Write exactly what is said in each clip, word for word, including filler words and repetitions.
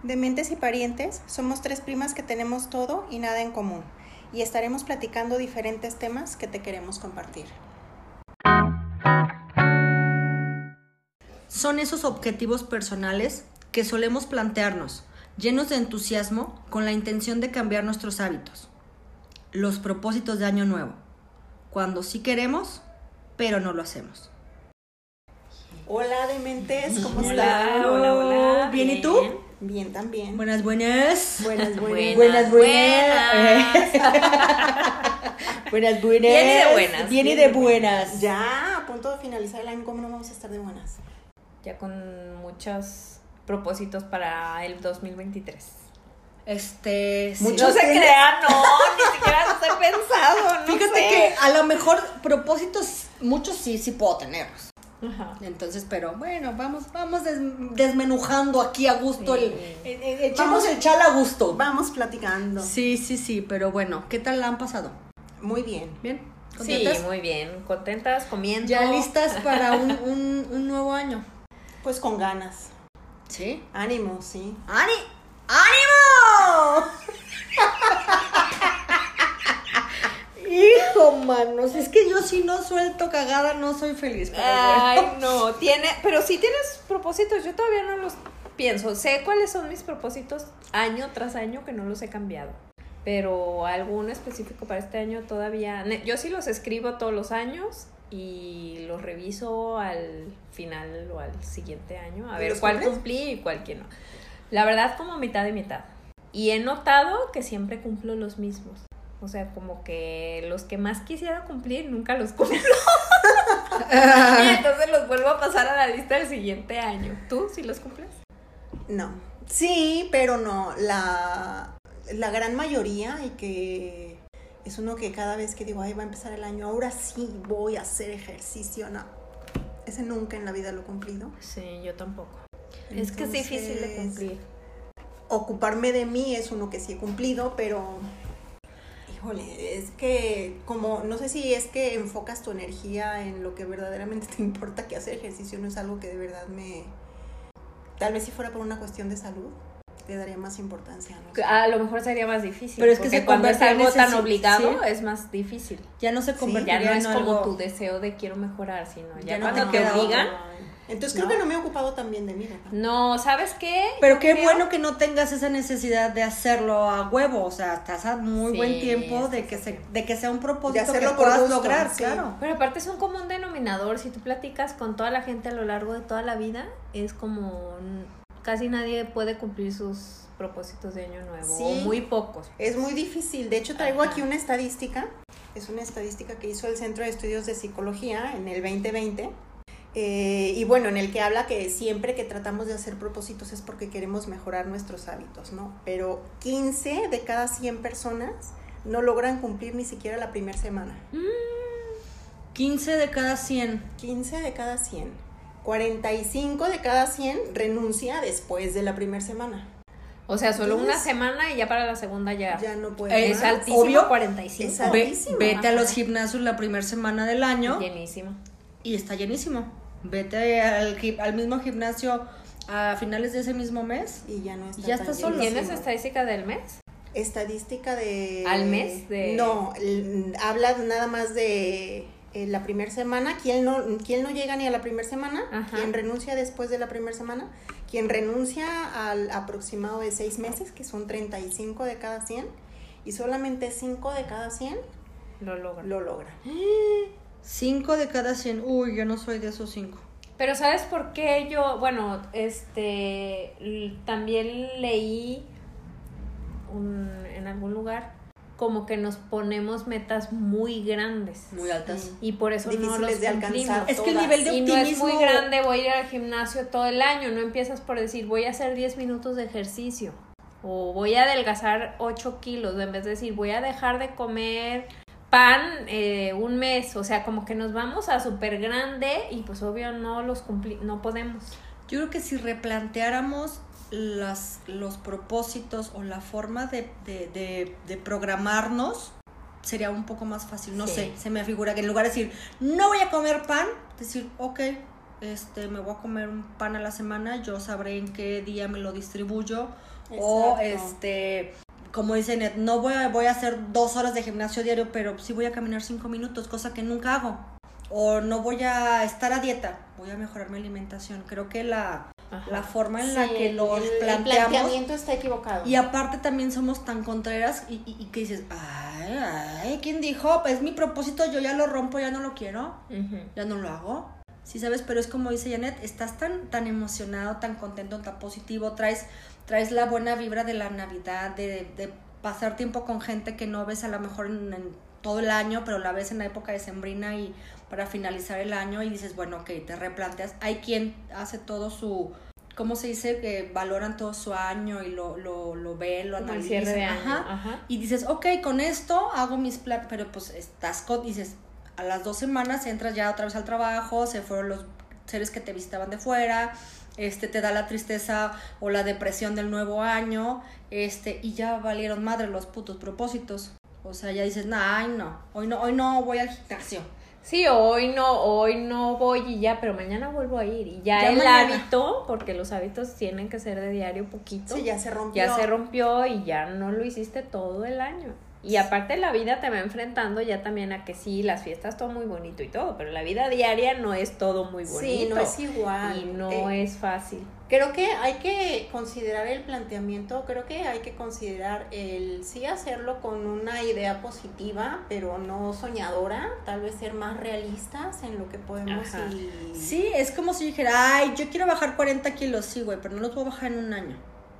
Dementes y parientes, somos tres primas que tenemos todo y nada en común, y estaremos platicando diferentes temas que te queremos compartir. Son esos objetivos personales que solemos plantearnos, llenos de entusiasmo, con la intención de cambiar nuestros hábitos. Los propósitos de Año Nuevo, cuando sí queremos, pero no lo hacemos. Hola, Dementes, ¿cómo Hola, están? hola, hola. ¿Bien y tú? Bien también. Buenas, buenas. Buenas, buenas. Buenas, buenas. Buenas, buenas. Bien y de buenas. Bien y de buenas. Ya, a punto de finalizar el año, ¿cómo no vamos a estar de buenas? Ya con muchos propósitos para el dos mil veintitrés. Este, sí. Mucho- No se crean, no, ni siquiera los he pensado, no Fíjate sé. que a lo mejor propósitos, muchos sí, sí puedo tenerlos. Ajá. Entonces, pero bueno, vamos, vamos des- desmenujando aquí a gusto Sí. el, eh, eh, echamos Vamos- el chal a gusto. Vamos platicando. Sí, sí, sí, pero bueno, ¿qué tal la han pasado? Muy bien. ¿Bien? Sí, ¿Contentas? muy bien, contentas, comiendo. ¿Ya listas para un, un, un nuevo año? Pues con ganas. ¿Sí? Ánimo, sí. ¡Ani! ¡Ánimo! Hijo, manos, es que yo si no suelto cagada no soy feliz. Pero Ay, bueno. no, tiene, pero sí tienes propósitos, yo todavía no los pienso, sé cuáles son mis propósitos año tras año que no los he cambiado, pero alguno específico para este año todavía, ne- yo sí los escribo todos los años y los reviso al final o al siguiente año, a ¿Y ver los cuál cumples? cumplí y cuál que no. La verdad como mitad y mitad, y he notado que siempre cumplo los mismos. O sea, como que los que más quisiera cumplir nunca los cumplo. Y entonces los vuelvo a pasar a la lista del siguiente año. ¿Tú sí los cumples? No. Sí, pero no. La, la gran mayoría, y que es uno que cada vez que digo, ay, va a empezar el año, ahora sí voy a hacer ejercicio, no. Ese nunca en la vida lo he cumplido. Sí, yo tampoco. Es que es difícil de Entonces, cumplir. Ocuparme de mí es uno que sí he cumplido, pero híjole, es que como, no sé si es que enfocas tu energía en lo que verdaderamente te importa, que hacer ejercicio no es algo que de verdad me, tal vez si fuera por una cuestión de salud, le daría más importancia, ¿no? sé. A lo mejor sería más difícil. Pero es que porque se cuando es convierte en algo tan necesi- obligado sí. es más difícil. Ya no se Ya convertiría no es en como algo... tu deseo de quiero mejorar, sino ya, Ya no cuando te te queda obligan. Entonces creo ¿no? que no me he ocupado también de mí, ¿verdad? No, ¿sabes qué? Pero Yo qué creo- bueno que no tengas esa necesidad de hacerlo a huevo, o sea, estás a muy Sí, buen tiempo de que estás a se, tiempo. de que sea un propósito De hacerlo que por puedas gusto, lograr, sí. claro. Pero aparte es un común denominador, si tú platicas con toda la gente a lo largo de toda la vida, es como mm, casi nadie puede cumplir sus propósitos de año nuevo, Sí. o muy pocos. Es muy difícil. De hecho, traigo Ajá. aquí una estadística. Es una estadística que hizo el Centro de Estudios de Psicología en el veinte veinte. Eh, y bueno, en el que habla que siempre que tratamos de hacer propósitos es porque queremos mejorar nuestros hábitos, ¿no? Pero quince de cada cien personas no logran cumplir ni siquiera la primera semana. quince de cada cien. quince de cada cien. cuarenta y cinco de cada cien renuncia después de la primera semana. O sea, solo Entonces, una semana y ya para la segunda ya. Ya no puede Eh, Es más. altísimo, obvio. cuarenta y cinco. Es Ve- altísimo. vete a Ajá. los gimnasios la primera semana del año Llenísimo. y está llenísimo. Vete al, gi- al mismo gimnasio a finales de ese mismo mes. Y ya no está Ya tan está solo. llenísimo. ¿Tienes estadística del mes? Estadística de... ¿Al mes? De- No, el- habla nada más de eh, la primera semana. ¿Quién no, quién no llega ni a la primera semana? Ajá. ¿Quién renuncia después de la primera semana? ¿Quién renuncia al aproximado de seis meses, que son treinta y cinco de cada cien? Y solamente cinco de cada cien Lo logro. lo logran. cinco de cada cien. Uy, yo no soy de esos cinco. Pero ¿sabes por qué yo? Bueno, este l- también leí un- en algún lugar como que nos ponemos metas muy grandes Muy altas. Sí. y por eso no Difíciles los de cumplimos. alcanzar. Es que el Todas. nivel de Y no es optimismo... muy grande, voy a ir al gimnasio todo el año, no empiezas por decir voy a hacer diez minutos de ejercicio o voy a adelgazar ocho kilos, en vez de decir voy a dejar de comer pan eh, un mes, o sea, como que nos vamos a súper grande y pues obvio no los cumpli no podemos. Yo creo que si replanteáramos las, los propósitos o la forma de, de, de, de programarnos, sería un poco más fácil. No Sí. sé, se me figura que en lugar de decir, no voy a comer pan, decir, ok, este, me voy a comer un pan a la semana, yo sabré en qué día me lo distribuyo. Exacto. O este, como dice Net, no voy a, voy a hacer dos horas de gimnasio diario, pero sí voy a caminar cinco minutos, cosa que nunca hago. O no voy a estar a dieta, voy a mejorar mi alimentación. Creo que la, la forma en sí, la que los el, planteamos... El planteamiento está equivocado. Y aparte también somos tan contreras y, y, y que dices, ay, ay, ¿quién dijo? Pues mi propósito, yo ya lo rompo, ya no lo quiero, uh-huh. ya no lo hago. Sí, ¿sabes? Pero es como dice Janet, estás tan, tan emocionado, tan contento, tan positivo, traes, traes la buena vibra de la Navidad, de, de pasar tiempo con gente que no ves a lo mejor en, en todo el año, pero la ves en la época decembrina y para finalizar el año y dices, bueno, ok, te replanteas. Hay quien hace todo su, ¿cómo se dice? Que valoran todo su año y lo, lo, lo ven, lo como analizan. El cierre de año. Ajá. Ajá. Y dices, ok, con esto hago mis planes, pero pues estás con, dices, a las dos semanas entras ya otra vez al trabajo, se fueron los seres que te visitaban de fuera, este, te da la tristeza o la depresión del nuevo año, este, y ya valieron madre los putos propósitos. O sea, ya dices, nah, ay no, hoy no, hoy no voy al gimnasio. Sí, hoy no, hoy no voy y ya, pero mañana vuelvo a ir. Y ya, ya el mañana. Hábito, porque los hábitos tienen que ser de diario poquito. Sí, ya se rompió. Ya se rompió y ya no lo hiciste todo el año. Y aparte la vida te va enfrentando ya también a que sí, las fiestas todo muy bonito y todo, pero la vida diaria no es todo muy bonito. Sí, no es igual. Y no eh, es fácil. Creo que hay que considerar el planteamiento, creo que hay que considerar el sí hacerlo con una idea positiva, pero no soñadora, tal vez ser más realistas en lo que podemos y... Sí, es como si dijera, ay, yo quiero bajar cuarenta kilos, sí, güey, pero no los puedo bajar en un año.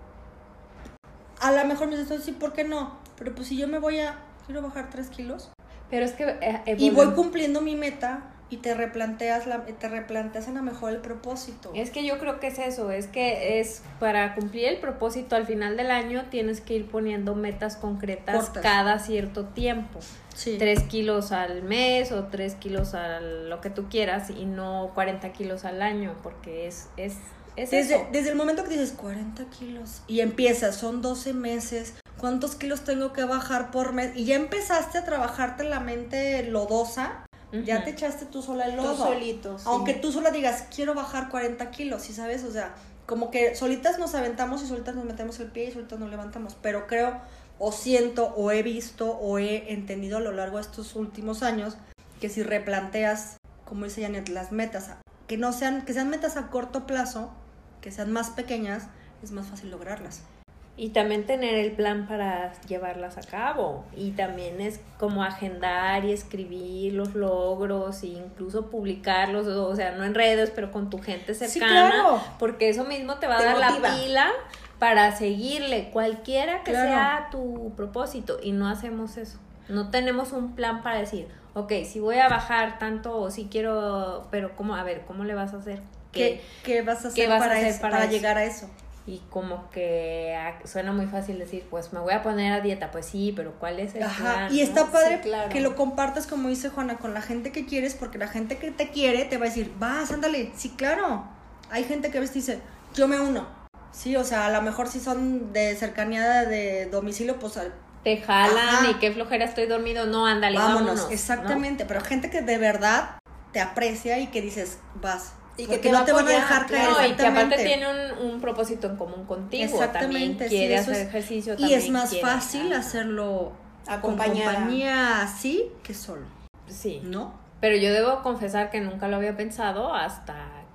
A lo mejor me dices, sí, ¿por qué no? Pero pues si yo me voy a, quiero bajar tres kilos. Pero es que... Eh, y voy cumpliendo mi meta y te replanteas, la, te replanteas a lo mejor el propósito. Es que yo creo que es eso, es que es para cumplir el propósito al final del año tienes que ir poniendo metas concretas Cortas. Cada cierto tiempo. Sí. Tres kilos al mes o tres kilos a lo que tú quieras y no cuarenta kilos al año, porque es... es Es desde, eso. desde el momento que dices cuarenta kilos y empiezas, son doce meses, ¿cuántos kilos tengo que bajar por mes? Y ya empezaste a trabajarte la mente lodosa, uh-huh. ya te echaste tú sola el lodo. Tú solito, sí. Aunque tú sola digas, quiero bajar cuarenta kilos, ¿sí sabes? O sea, como que solitas nos aventamos y solitas nos metemos el pie y solitas nos levantamos. Pero creo, o siento, o he visto, o he entendido a lo largo de estos últimos años, que si replanteas, como dice Janet, las metas, que no sean, que sean metas a corto plazo, que sean más pequeñas, es más fácil lograrlas. Y también tener el plan para llevarlas a cabo. Y también es como agendar y escribir los logros e incluso publicarlos, o sea, no en redes, pero con tu gente cercana. Sí, claro. Porque eso mismo te va a te dar motiva. La pila para seguirle, cualquiera que claro. sea tu propósito. Y no hacemos eso. No tenemos un plan para decir, ok, si voy a bajar tanto o si quiero, pero cómo, a ver, ¿cómo le vas a hacer? ¿Qué, ¿Qué vas a hacer, vas para, a hacer eso, para, para llegar a eso? Y como que suena muy fácil decir, pues me voy a poner a dieta, pues sí, pero ¿cuál es el Ajá, plan? Y ¿no? está padre sí, claro. que lo compartas, como dice Juana, con la gente que quieres, porque la gente que te quiere te va a decir, vas, ándale, sí, claro. Hay gente que a veces dice, yo me uno. Sí, o sea, a lo mejor si son de cercanía de domicilio, pues... te jalan Ajá. y qué flojera estoy dormido, no, ándale, vámonos. vámonos exactamente, ¿no? Pero gente que de verdad te aprecia y que dices, vas... Y que te no te van a dejar caer. No, y que aparte tiene un, un propósito en común contigo. Exactamente. También quiere sí, hacer es, ejercicio. Y es más fácil hacerlo acompañada. Con compañía así que solo. Sí. ¿No? Pero yo debo confesar que nunca lo había pensado hasta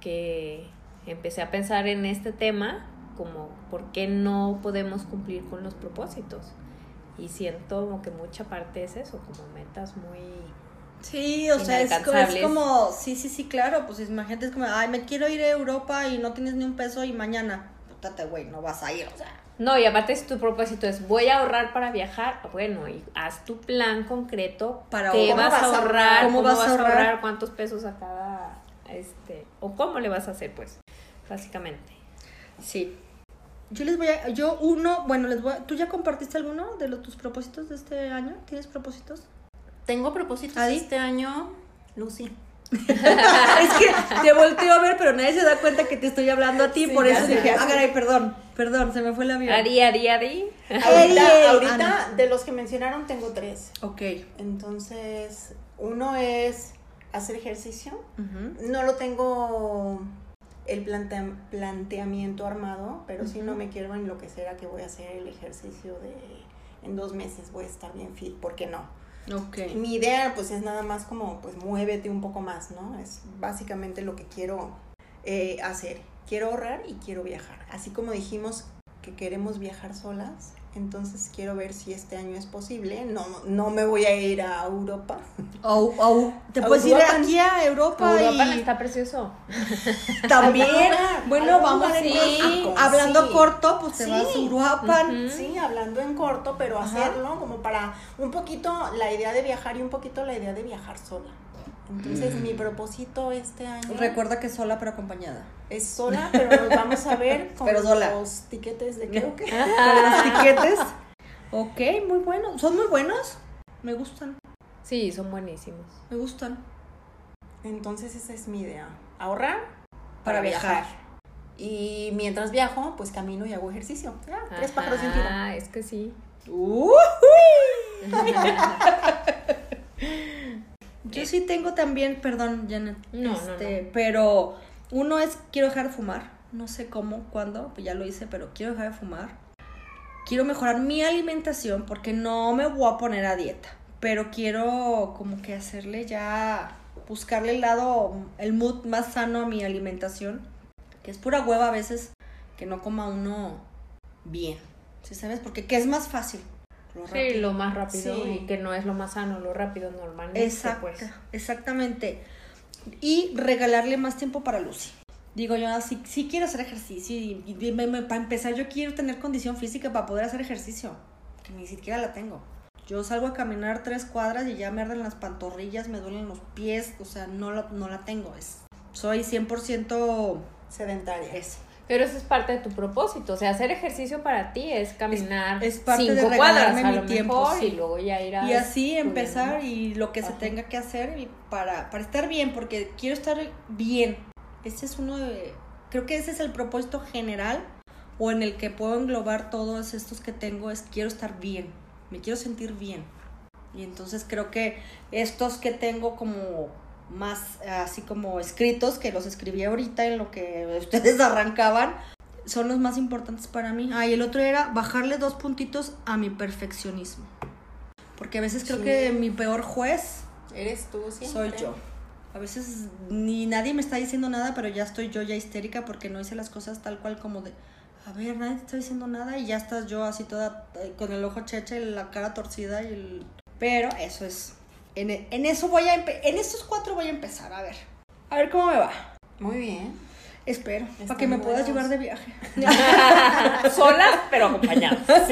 que empecé a pensar en este tema, como por qué no podemos cumplir con los propósitos. Y siento como que mucha parte es eso, como metas muy... Sí, o sea, es, es como, sí, sí, sí, claro, pues imagínate, es como, ay, me quiero ir a Europa y no tienes ni un peso y mañana, putate, güey, no vas a ir, o sea. No, y aparte si tu propósito es, voy a ahorrar para viajar, bueno, y haz tu plan concreto, para qué vas, vas a ahorrar, cómo, cómo vas, vas a ahorrar? ahorrar, cuántos pesos a cada, este, o cómo le vas a hacer, pues, básicamente. Sí. Yo les voy a, yo uno, bueno, les voy a, ¿tú ya compartiste alguno de los, tus propósitos de este año? ¿Tienes propósitos? Tengo propósitos ¿Adi? Este año, Lucy. Es que te volteo a ver, pero nadie se da cuenta que te estoy hablando a ti, sí, por eso sé, dije, ah, caray, perdón, perdón, se me fue el avión. Ari, Ari, Ari. Ahorita, ahorita de los que mencionaron tengo tres. Ok. Entonces, uno es hacer ejercicio. Uh-huh. No lo tengo el plantea- planteamiento armado, pero uh-huh. sí no me quiero enloquecer a que voy a hacer el ejercicio de en dos meses voy a estar bien fit, ¿por qué no? Okay. Mi idea pues es nada más como pues muévete un poco más, ¿no? Es básicamente lo que quiero eh, hacer. Quiero ahorrar y quiero viajar. Así como dijimos que queremos viajar solas, entonces quiero ver si este año es posible. No, no me voy a ir a Europa. Oh, oh. Te puedes ir aquí a Europa. Europa y... está precioso. También. Bueno, vamos sí. México. Hablando sí. corto, pues te sí. vas a Europa. Uh-huh. Sí, hablando en corto, pero Ajá. hacerlo como para un poquito la idea de viajar y un poquito la idea de viajar sola. Entonces mm. mi propósito este año Recuerda que sola pero acompañada. Es sola, pero nos vamos a ver con pero sola. los tiquetes de creo que. Con los tiquetes. Ok, muy buenos. ¿Son muy buenos? Me gustan. Sí, son buenísimos. Me gustan. Entonces esa es mi idea. Ahorrar para, para viajar. viajar. Y mientras viajo, pues camino y hago ejercicio. Ah, tres pájaros de un tiro. Ah, es que sí. Uh-huh. Yo sí tengo también, perdón, Janet. No, este, no, no. Pero uno es, quiero dejar de fumar. No sé cómo, cuándo, pues ya lo hice, pero quiero dejar de fumar. Quiero mejorar mi alimentación porque no me voy a poner a dieta. Pero quiero como que hacerle ya, buscarle el lado, el mood más sano a mi alimentación. Que es pura hueva a veces que no coma uno bien. ¿Sí sabes? Porque ¿qué es más fácil? Lo sí, lo más rápido sí. y que no es lo más sano, lo rápido normalmente. Exacto, pues. Exactamente. Y regalarle más tiempo para Lucy. Digo yo, sí, sí quiero hacer ejercicio y, y me, me, para empezar yo quiero tener condición física para poder hacer ejercicio, que ni siquiera la tengo. Yo salgo a caminar tres cuadras y ya me arden las pantorrillas, me duelen los pies, o sea, no la, no la tengo. Es, soy cien por ciento sedentaria. Eso. Pero eso es parte de tu propósito, o sea, hacer ejercicio para ti es caminar es, es parte cinco de cuadras a mi lo tiempo, mejor sí. Y luego ya ir a... Y así empezar y lo que Ajá. se tenga que hacer y para, para estar bien, porque quiero estar bien. Ese es uno de... Creo que ese es el propósito general o en el que puedo englobar todos estos que tengo, es quiero estar bien, me quiero sentir bien. Y entonces creo que estos que tengo como... más así como escritos, que los escribí ahorita en lo que ustedes arrancaban, son los más importantes para mí. Ah, y el otro era bajarle dos puntitos a mi perfeccionismo, porque a veces creo sí. que mi peor juez eres tú siempre. Soy yo. A veces ni nadie me está diciendo nada, pero ya estoy yo ya histérica porque no hice las cosas tal cual como de, a ver, nadie te está diciendo nada y ya estás yo así toda con el ojo cheche, la cara torcida y el... Pero eso es... En, en eso voy a empe- en estos cuatro voy a empezar, a ver. A ver cómo me va. Muy bien. Espero, Están para que me buenos. Puedas llevar de viaje. Solas, pero acompañadas. Sí,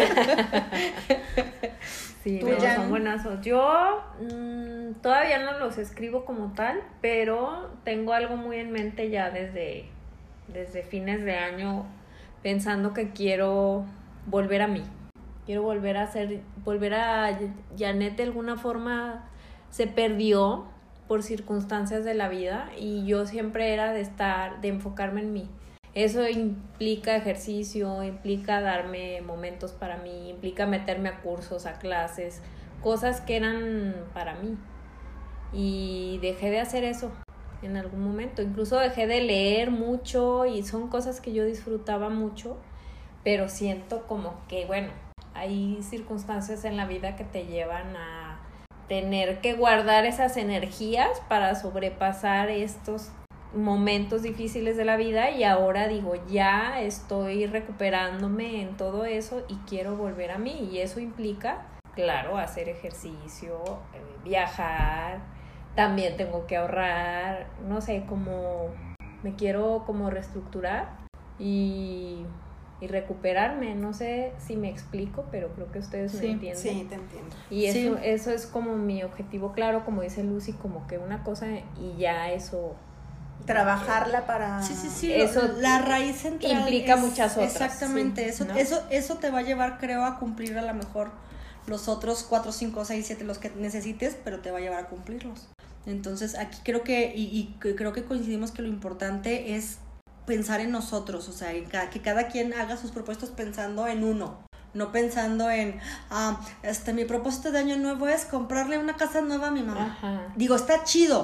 sí ¿Tú no, ya? Son buenazos. Yo mmm, todavía no los escribo como tal, pero tengo algo muy en mente ya desde, desde fines de año, pensando que quiero volver a mí. Quiero volver a ser, volver a Janet de alguna forma se perdió por circunstancias de la vida y yo siempre era de estar, de enfocarme en mí. Eso implica ejercicio, implica darme momentos para mí, implica meterme a cursos, a clases, cosas que eran para mí. Y dejé de hacer eso en algún momento. Incluso dejé de leer mucho y son cosas que yo disfrutaba mucho, pero siento como que, bueno, hay circunstancias en la vida que te llevan a tener que guardar esas energías para sobrepasar estos momentos difíciles de la vida y ahora digo, ya estoy recuperándome en todo eso y quiero volver a mí y eso implica, claro, hacer ejercicio, eh, viajar, también tengo que ahorrar, no sé, como me quiero como reestructurar y... y recuperarme, no sé si me explico, pero creo que ustedes sí, me entienden. Sí, te entiendo. Y eso, sí. eso es como mi objetivo, claro, como dice Lucy, como que una cosa y ya eso... Trabajarla para... Sí, sí, sí, eso lo, la raíz central implica es, muchas otras. Exactamente, sí, eso, ¿no? eso, eso te va a llevar, creo, a cumplir a lo mejor los otros cuatro, cinco, seis, siete, los que necesites, pero te va a llevar a cumplirlos. Entonces, aquí creo que, y, y creo que coincidimos que lo importante es pensar en nosotros, o sea, en cada, que cada quien haga sus propuestos pensando en uno, no pensando en, ah, este, mi propósito de año nuevo es comprarle una casa nueva a mi mamá. Ajá. Digo, está chido,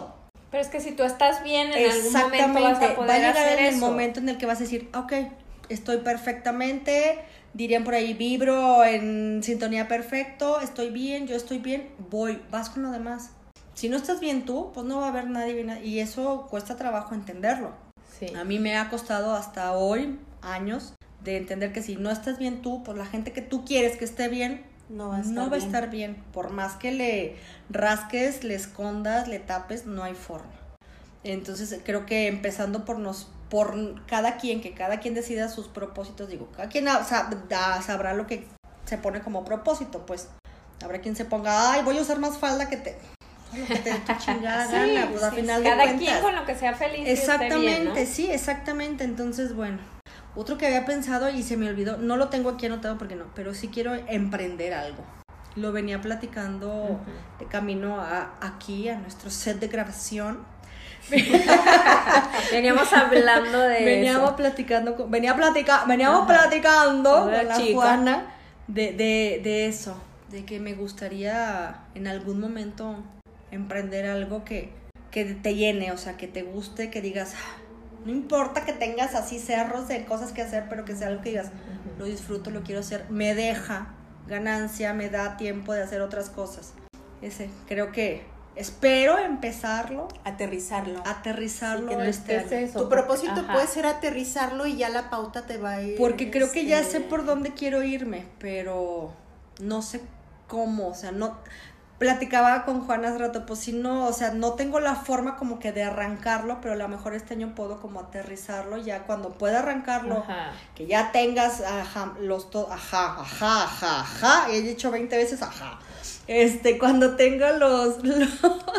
Pero es que si tú estás bien, en algún momento vas a poder va a llegar hacer en el eso. momento en el que vas a decir, ok, estoy perfectamente, dirían por ahí, vibro en sintonía perfecto, estoy bien, yo estoy bien, voy, vas con lo demás. Si no estás bien tú, pues no va a haber nadie bien, y eso cuesta trabajo entenderlo. Sí. A mí me ha costado hasta hoy años de entender que si no estás bien tú, pues la gente que tú quieres que esté bien, No va a estar no va a bien. estar bien. Por más que le rasques, le escondas, le tapes, no hay forma. Entonces creo que empezando por nos, por cada quien, que cada quien decida sus propósitos, digo, cada quien sab- da- sabrá lo que se pone como propósito, pues habrá quien se ponga, ay, voy a usar más falda que te, lo que te dé tu chingada Sí, gana, pues sí, al final sí. de Cada cuentas. quien con lo que sea feliz. y esté Exactamente, bien, ¿no? sí, exactamente. Entonces, bueno, otro que había pensado y se me olvidó, no lo tengo aquí anotado porque no, pero sí quiero emprender algo. Lo venía platicando Ujú. de camino a, aquí, a nuestro set de grabación. Veníamos hablando de Veníamos eso. platicando, con- venía platica, veníamos Ajá. platicando Toda con la chica. Juana de, de, de eso, de que me gustaría en algún momento emprender algo que, que te llene, o sea, que te guste, que digas, "Ah, no importa que tengas así cerros de cosas que hacer, pero que sea algo que digas, lo disfruto, lo quiero hacer, me deja ganancia, me da tiempo de hacer otras cosas." Ese, creo que espero empezarlo, Aterrizarlo. aterrizarlo Sí, que no este es año. eso. Tu propósito Ajá. puede ser aterrizarlo y ya la pauta te va a ir. Porque creo que ya este, sé por dónde quiero irme, pero no sé cómo, o sea, no... Platicaba con Juan hace rato, pues si no, o sea, no tengo la forma como que de arrancarlo, pero a lo mejor este año puedo como aterrizarlo, ya cuando pueda arrancarlo, Ajá. que ya tengas, ajá, los to- ajá, ajá, ajá, ajá, he dicho veinte veces ajá, este, cuando tenga los, los,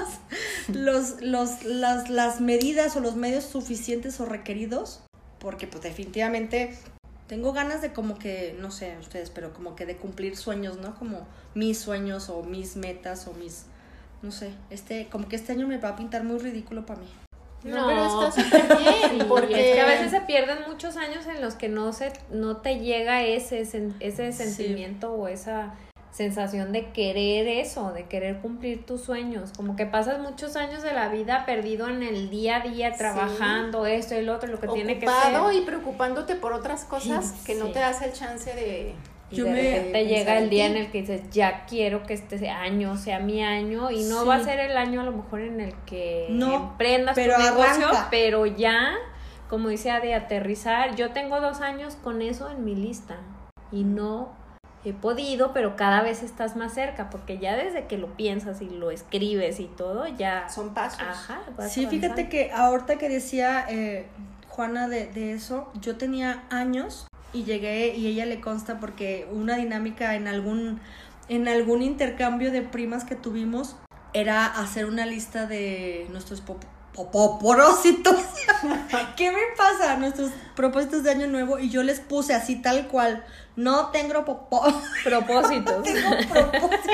los, los, las, las medidas o los medios suficientes o requeridos, porque pues definitivamente tengo ganas de como que, no sé ustedes, pero como que de cumplir sueños, ¿no? Como mis sueños o mis metas o mis, no sé, este, como que este año me va a pintar muy ridículo para mí. No, pero está súper bien, Sí, porque es que a veces se pierden muchos años en los que no se no te llega ese sen- ese sentimiento o esa sensación de querer eso, de querer cumplir tus sueños, como que pasas muchos años de la vida perdido en el día a día trabajando esto y lo otro, lo que tiene que ocupado ser. y preocupándote por otras cosas Sí, que no sí. te das el chance de... Y Yo de me- repente pensar llega en el día ti. en el que dices, ya quiero que este año sea mi año, y no Sí. va a ser el año a lo mejor en el que No, emprendas pero tu negocio, arranca. pero ya, como dice, de aterrizar. Yo tengo dos años con eso en mi lista y no he podido, pero cada vez estás más cerca, porque ya desde que lo piensas y lo escribes y todo, ya... Son pasos. Ajá, vas Sí, fíjate avanzando. que ahorita que decía eh, Juana de, de eso, yo tenía años y llegué, y ella le consta porque una dinámica en algún, en algún intercambio de primas que tuvimos era hacer una lista de nuestros pop- pop- propósitos. ¿Qué me pasa? Nuestros propósitos de año nuevo, y yo les puse así tal cual, no tengo popó. Propósitos. Tengo propósito.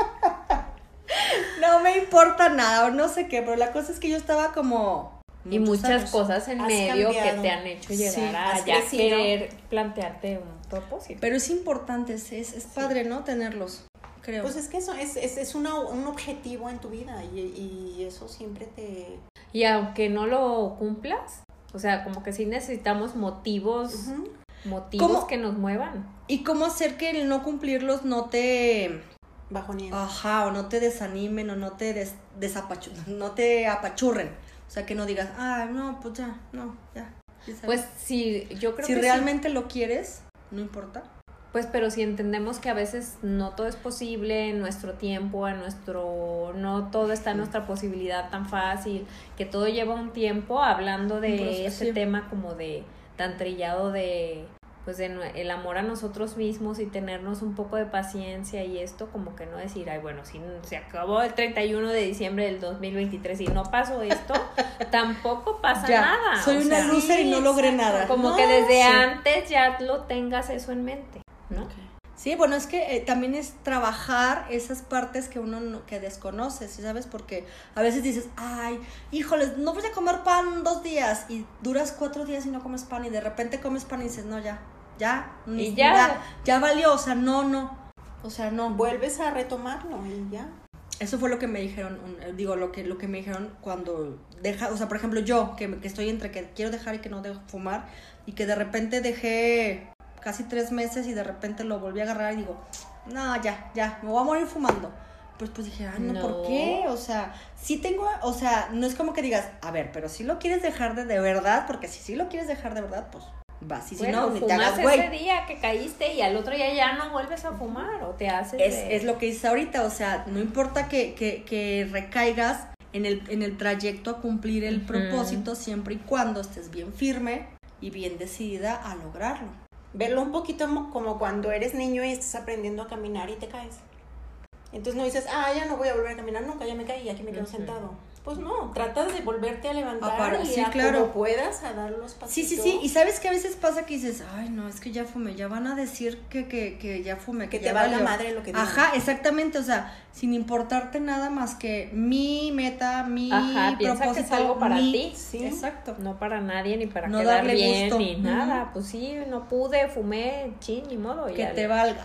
No me importa nada o no sé qué, pero la cosa es que yo estaba como... Y muchos muchas años. cosas en Has medio que cambiado. te han hecho llegar Sí, a has ya crecido. querer plantearte un propósito. Pero es importante, es, es, es padre, ¿no? Tenerlos, creo. Pues es que eso es, es, es una, un objetivo en tu vida y, y eso siempre te... Y aunque no lo cumplas, o sea, como que sí necesitamos motivos, Ujú. motivos ¿Cómo? que nos muevan. ¿Y cómo hacer que el no cumplirlos no te... Bajoneando. Ajá, o no te desanimen, o no te des, desapachu- no te apachurren? O sea, que no digas, ah, no, pues ya, no, ya. ya sabes. Pues sí, yo creo si que realmente lo quieres, no importa. sí. Pues pero si entendemos que a veces no todo es posible en nuestro tiempo, en nuestro, no todo está en nuestra posibilidad tan fácil, que todo lleva un tiempo, hablando de Un proceso, este sí. tema como de tan trillado de pues de nue- el amor a nosotros mismos y tenernos un poco de paciencia, y esto como que no decir, ay, bueno, si se acabó el treinta y uno de diciembre del dos mil veintitrés y no pasó esto, tampoco pasa Ya, nada. soy o una sea, loser y no logré exacto. nada. como No, que desde sí. antes ya lo tengas eso en mente, ¿no? Sí, bueno, es que eh, también es trabajar esas partes que uno no, que desconoce, ¿sí sabes? Porque a veces dices, ay, híjoles, no voy a comer pan dos días, y duras cuatro días y no comes pan, y de repente comes pan y dices, no, ya, ya, Y ni- ya. ya, ya valió, o sea, no, no, o sea, no. Vuelves a retomarlo y ya. Eso fue lo que me dijeron, un, digo, lo que, lo que me dijeron cuando deja, o sea, por ejemplo, yo, que, que estoy entre que quiero dejar y que no dejo fumar, y que de repente dejé casi tres meses y de repente lo volví a agarrar y digo, no, ya, ya, me voy a morir fumando. Pues pues dije, ay, no, no, ¿por qué? O sea, sí tengo, o sea, no es como que digas, a ver, pero si lo quieres dejar de, de verdad, porque si sí lo quieres dejar de verdad, pues vas, y si bueno, no, ni te hagas fumas güey. ese día que caíste y al otro día ya no vuelves a fumar o te haces Es, de... es lo que dices ahorita, o sea, no importa que, que, que recaigas en el, en el trayecto a cumplir el uh-huh. propósito, siempre y cuando estés bien firme y bien decidida a lograrlo. Verlo un poquito como cuando eres niño y estás aprendiendo a caminar y te caes. Entonces no dices, ah, ya no voy a volver a caminar nunca, ya me caí, aquí me quedo uh-huh. sentado. Pues no, tratas de volverte a levantar para, y sí, a claro. como puedas a dar los pasitos. Sí, sí, sí, y sabes que a veces pasa que dices, ay, no, es que ya fumé, ya van a decir que, que, que ya fumé, que, que ya te valga madre lo que digan. Ajá, exactamente, o sea, sin importarte nada más que mi meta, mi Ajá, propósito, que es algo para mi... ti. Sí, exacto. No para nadie, ni para no quedar darle bien, gusto. ni nada. Uh-huh. Pues sí, no pude, fumé, chin, ni modo. Que ya te le... valga.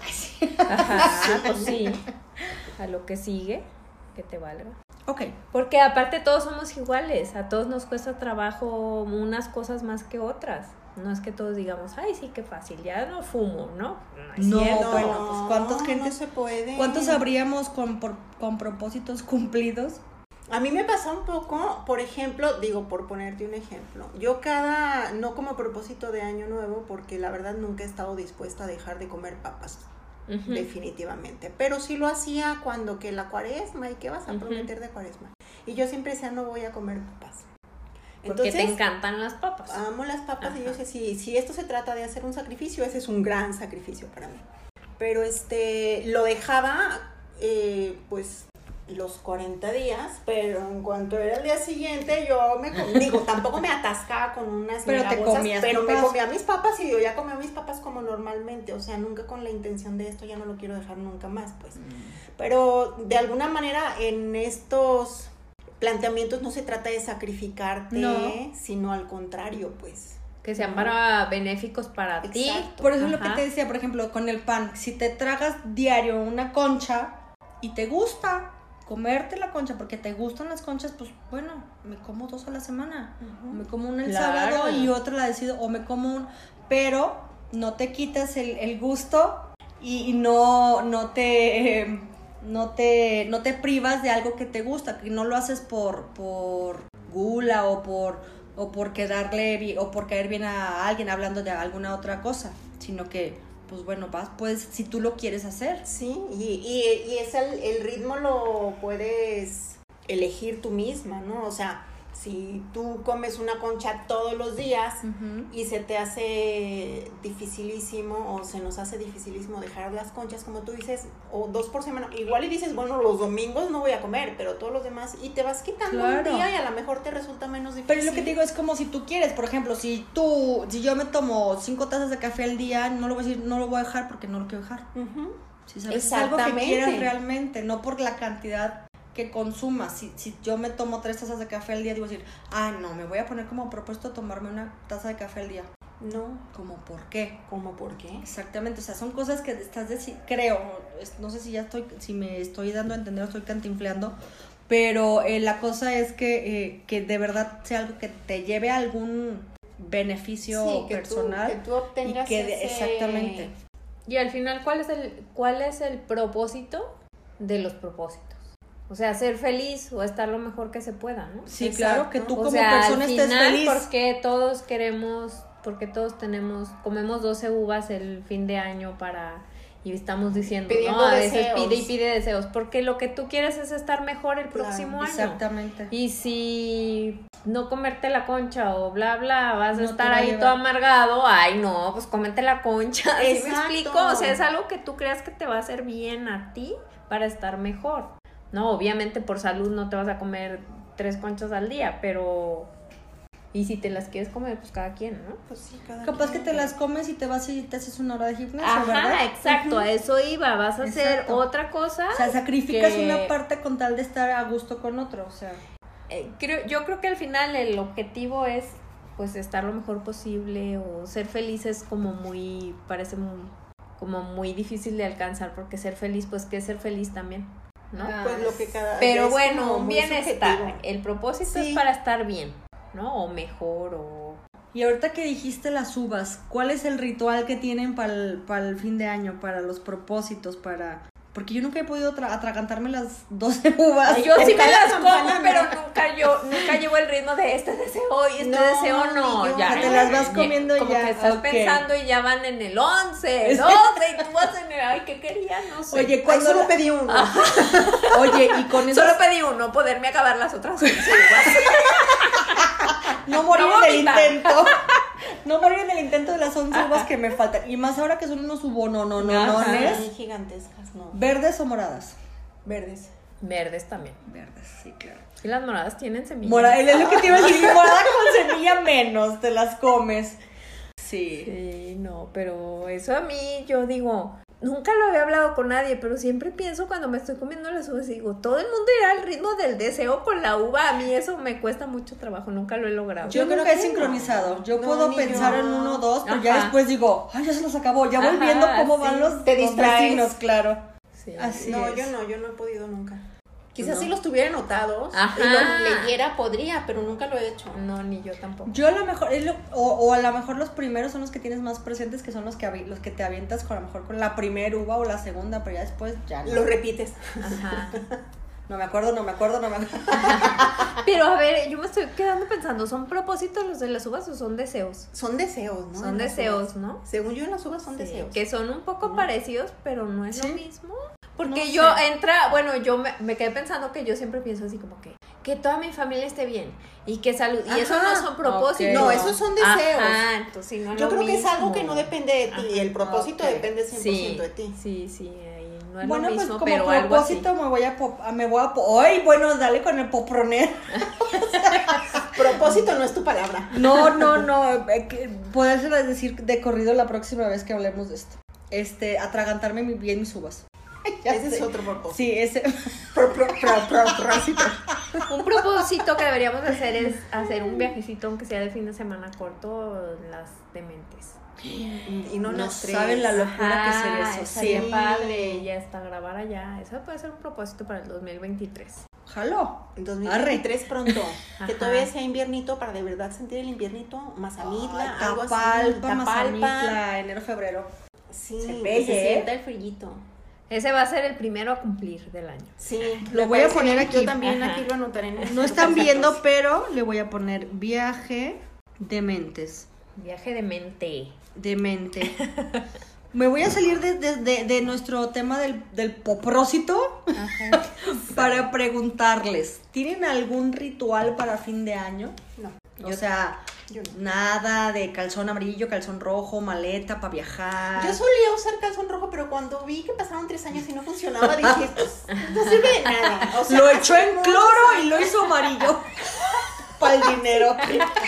Ajá, pues sí. A lo que sigue, que te valga. Ok. Porque aparte todos somos iguales, a todos nos cuesta trabajo unas cosas más que otras. No es que todos digamos, ay, sí, qué fácil, ya no fumo, ¿no? No, es no cierto. Bueno, pues ¿cuántos no, gente no se puede? ¿Cuántos habríamos con, por, con propósitos cumplidos? A mí me pasa un poco, por ejemplo, digo, por ponerte un ejemplo, yo cada, no como propósito de año nuevo, porque la verdad nunca he estado dispuesta a dejar de comer papas. Uh-huh. Definitivamente, pero sí lo hacía cuando que la cuaresma y qué vas a uh-huh. prometer de cuaresma, y yo siempre decía no voy a comer papas porque entonces, te encantan las papas. Amo las papas. Ajá. Y yo decía si, si esto se trata de hacer un sacrificio, ese es un gran sacrificio para mí, pero este lo dejaba eh, pues los cuarenta días, pero en cuanto era el día siguiente yo me digo, tampoco me atascaba con unas pero te bolsas, comías pero papas. Me comía mis papas y yo ya comía mis papas como normalmente, o sea, nunca con la intención de esto ya no lo quiero dejar nunca más, pues. Mm. Pero de alguna manera en estos planteamientos no se trata de sacrificarte, no. sino al contrario, pues. Que sean para benéficos para Exacto. ti. Por eso es lo que te decía, por ejemplo, con el pan, si te tragas diario una concha y te gusta comerte la concha porque te gustan las conchas, pues bueno, me como dos a la semana, uh-huh. me como una el claro. sábado y otra la decido, o me como un, pero no te quitas el, el gusto y, y no, no te eh, no te no te privas de algo que te gusta, que no lo haces por por gula o por o por quedarle o por caer bien a alguien hablando de alguna otra cosa, sino que pues bueno, vas, puedes, si tú lo quieres hacer. Sí, y, y, y es el, el ritmo lo puedes elegir tú misma, ¿no? O sea, si tú comes una concha todos los días uh-huh. y se te hace dificilísimo o se nos hace dificilísimo dejar las conchas, como tú dices, o dos por semana, igual y dices, bueno, los domingos no voy a comer, pero todos los demás, y te vas quitando claro. un día y a lo mejor te resulta menos difícil. Pero lo que te digo es como si tú quieres, por ejemplo, si tú, si yo me tomo cinco tazas de café al día, no lo voy a decir, no lo voy a dejar porque no lo quiero dejar. Uh-huh. Si sabes, es algo que quieras realmente, no por la cantidad que consumas. Si, si yo me tomo tres tazas de café al día, digo decir, ah, no, me voy a poner como propuesto tomarme una taza de café al día. No. ¿Cómo por qué? ¿Cómo por qué? Exactamente, o sea, son cosas que estás diciendo, creo, no sé si ya estoy, si me estoy dando a entender o estoy cantinfleando, pero eh, la cosa es que, eh, que de verdad sea algo que te lleve a algún beneficio sí, que personal. Tú, que tú obtengas y que ese... exactamente. Y al final, ¿cuál es el, cuál es el propósito de los propósitos? O sea, ser feliz o estar lo mejor que se pueda, ¿no? Sí, Exacto. Claro, que tú como o sea, persona al estés final, feliz. Porque todos queremos, porque todos tenemos, comemos doce uvas el fin de año para, y estamos diciendo, pidiendo no, a deseos. veces pide y pide deseos, porque lo que tú quieres es estar mejor el claro, próximo año. Exactamente. Y si no comerte la concha o bla, bla, vas a no estar ahí todo amargado, ay, no, pues cómete la concha. ¿Sí me explico? O sea, es algo que tú creas que te va a hacer bien a ti para estar mejor. No, obviamente por salud no te vas a comer tres conchas al día, pero... Y si te las quieres comer, pues cada quien, ¿no? Pues sí, cada Capaz quien. que te las comes y te vas y te haces una hora de gimnasio, Ajá, ¿verdad? exacto, uh-huh. a eso iba, vas a exacto. hacer otra cosa. O sea, sacrificas que... una parte con tal de estar a gusto con otro, o sea... Eh, creo, yo creo que al final el objetivo es, pues, estar lo mejor posible o ser feliz es como muy, parece muy, como muy difícil de alcanzar, porque ser feliz, pues, ¿qué es ser feliz también? ¿no? Ah, Pues lo que cada Pero es bueno, como un muy bienestar. subjetivo. El propósito Sí. es para estar bien, ¿no? O mejor, o... Y ahorita que dijiste las uvas, ¿cuál es el ritual que tienen para el, para el fin de año, para los propósitos, para...? Porque yo nunca he podido tra- atragantarme las doce uvas. Ay, yo en sí me cada las como, campana, pero no. nunca yo, nunca llevo el ritmo de este deseo y este No, deseo no. ni yo. Ya, O sea, te las vas ya, comiendo como ya, que estás ok. pensando y ya van en el once, el doce, y tú vas en el, ay, ¿qué quería? No sé. Oye, Ay, cuando solo la- pedí uno. Oye, y con eso Solo pedí uno, poderme acabar las otras once uvas. no morir No en el vomitar. intento. No morir en el intento de las once uvas que me faltan. Y más ahora que son unos ubonononones. Ay, gigantescas, no. ¿Verdes o moradas? Verdes. Verdes también. Verdes, sí, claro. Y las moradas tienen semillas. Mora, es lo que te iba a decir, morada con semilla menos, te las comes. Sí. Sí, no, pero eso a mí, yo digo, nunca lo había hablado con nadie, pero siempre pienso cuando me estoy comiendo las uvas, digo, todo el mundo irá al ritmo del deseo con la uva. A mí eso me cuesta mucho trabajo, nunca lo he logrado. Yo, Yo creo nunca he que sincronizado. no. Yo No, puedo ni pensar yo. en uno o dos, pero ya Ajá. después digo, ay, ya se los acabó. Ya voy Ajá, viendo cómo sí. van los, Te los distraes. vecinos, claro. Sí. Así No, es. yo no, yo no he podido nunca. Quizás No. si los tuviera anotados Ajá. y los leyera podría, pero nunca lo he hecho. No, ni yo tampoco. Yo a lo mejor, es lo- o, o a lo mejor los primeros son los que tienes más presentes, que son los que, avi- los que te avientas con, a lo mejor con la primera uva o la segunda, pero ya después ya no. Lo repites. Ajá. No me acuerdo, no me acuerdo, no me acuerdo. Pero a ver, yo me estoy quedando pensando, ¿son propósitos los de las uvas o son deseos? Son deseos, ¿no? Son En las deseos, uvas. ¿no? Según yo, en las uvas son Sí, deseos. que son un poco ¿No? parecidos, pero no es Sí. lo mismo. Porque No yo sé. entra, bueno, yo me, me quedé pensando que yo siempre pienso así como que que toda mi familia esté bien y que salud, y eso no Ajá. son propósitos. Ok. No, esos son deseos. Ajá, entonces sí, no es Yo lo creo que es algo mismo. que no depende de ti. Ajá. El propósito Ok. depende cien por ciento Sí, de ti. sí, sí, ahí no es Bueno, lo pues mismo, como pero algo así. propósito me voy a pop- a- me voy a po- ay, bueno, dale con el poproner. Propósito no es tu palabra. No, no, no, eh, que- podérselo decir de corrido la próxima vez que hablemos de esto. Este, atragantarme mi- bien mis uvas. Ya Ese sé. es otro propósito. Sí, ese. Pro- pro- pro- pro- propósito. Un propósito que deberíamos hacer es hacer un viajecito, aunque sea de fin de semana corto, las dementes. Y no, No las tres. saben la locura que sería eso. Estaría Sí. padre, y hasta grabar allá. Eso puede ser un propósito para el dos mil veintitrés. Jalo. En dos mil veintitrés pronto. Ajá. Que todavía sea inviernito para de verdad sentir el inviernito. Mazamitla, Ay, algo así. Tapalpa, Mazamitla, enero, febrero. Sí, Se que pegue, se ¿eh? sienta el frillito. Ese va a ser el primero a cumplir del año. Sí. Lo me voy a parece poner bien. aquí. Yo también Ajá. aquí lo anotaré. En No nuestros están propósitos. viendo, pero le voy a poner viaje de mentes. Viaje de mente. De mente. Me voy a salir de, de, de, de nuestro tema del, del poprósito Ajá. para preguntarles, ¿tienen algún ritual para fin de año? No, O yo- sea, yo no. nada de calzón amarillo, calzón rojo, maleta para viajar. Yo solía usar calzón rojo, pero cuando vi que pasaron tres años y no funcionaba, dije, pues, no sirve de nada. O sea, Lo echó en hacemos- cloro y lo hizo amarillo. Para el dinero.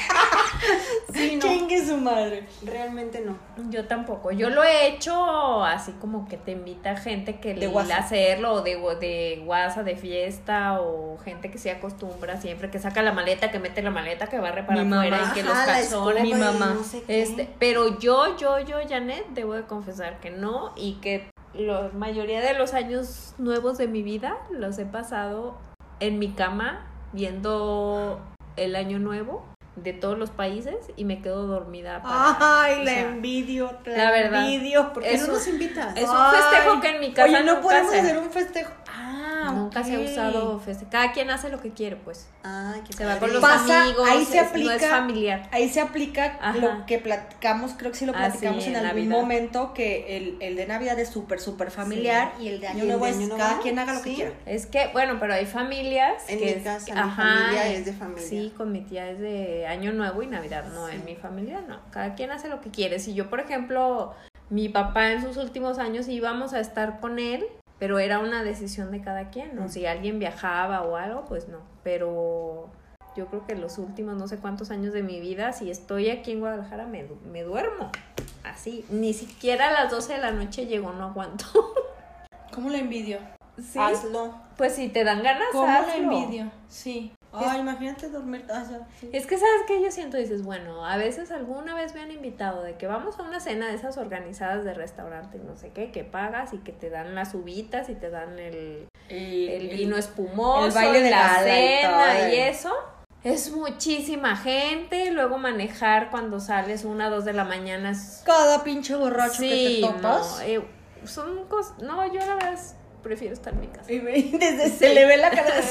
Sí, no. Chingue su madre. Realmente no. Yo tampoco. Yo lo he hecho así como que te invita gente que De le guasa. hacerlo, o de, gu- de guasa, de fiesta, o gente que se acostumbra siempre, que saca la maleta, que mete la maleta, que barre para Mi afuera mamá. y que Ajá, los la calzones. mi escoba y mamá. no sé qué. Este, pero yo, yo, yo, Janet, debo de confesar que no, y que la mayoría de los años nuevos de mi vida los he pasado en mi cama viendo el año nuevo de todos los países y me quedo dormida. para- Ay, o la sea, envidio, la, la verdad. envidio. Porque ¿Por qué Eso- no nos invitas? es un Ay, festejo que en mi casa Oye, no nunca podemos se- hacer un festejo. Ah, Nunca se ha ok. usado festejo. Cada quien hace lo que quiere, pues. Ay, qué Se va padre. con los Pasa, amigos, ahí se es- no aplica- es familiar. Ahí se aplica Ajá. lo que platicamos, creo que sí lo Ah, platicamos sí, en en algún Navidad. momento, que el, el de Navidad es súper, súper familiar y el de Año ¿Y el Nuevo de es Año Nuevo? cada quien haga lo que Sí. quiera. Es que, bueno, pero hay familias En que mi es- casa, mi familia es de familia. Sí, con mi tía es de Año Nuevo y Navidad. No, Sí. en mi familia no. Cada quien hace lo que quiere. Si yo, por ejemplo, mi papá en sus últimos años íbamos a estar con él, pero era una decisión de cada quien, ¿no? Mm. Si alguien viajaba o algo, pues no. Pero yo creo que los últimos no sé cuántos años de mi vida, si estoy aquí en Guadalajara, me, du- me duermo. Así. Ni siquiera a las doce de la noche llego, no aguanto. ¿Cómo la envidio? Sí. Hazlo. Pues si te dan ganas, ¿Cómo la hazlo. envidio? Sí. Ay, imagínate dormir. Ah, ya, sí. Es que, ¿sabes qué? Yo siento, dices, bueno, a veces alguna vez me han invitado de que vamos a una cena de esas organizadas de restaurante, no sé qué, que pagas y que te dan las uvitas y te dan el, y, el vino el, espumoso, el baile de la gala cena y, y eso. Es muchísima gente, luego manejar cuando sales una, dos de la mañana. Es... Cada pinche borracho sí, que te topas. No, eh, son cosas... No, yo la verdad es... prefiero estar en mi casa. Y desde sí. se le ve la cara de...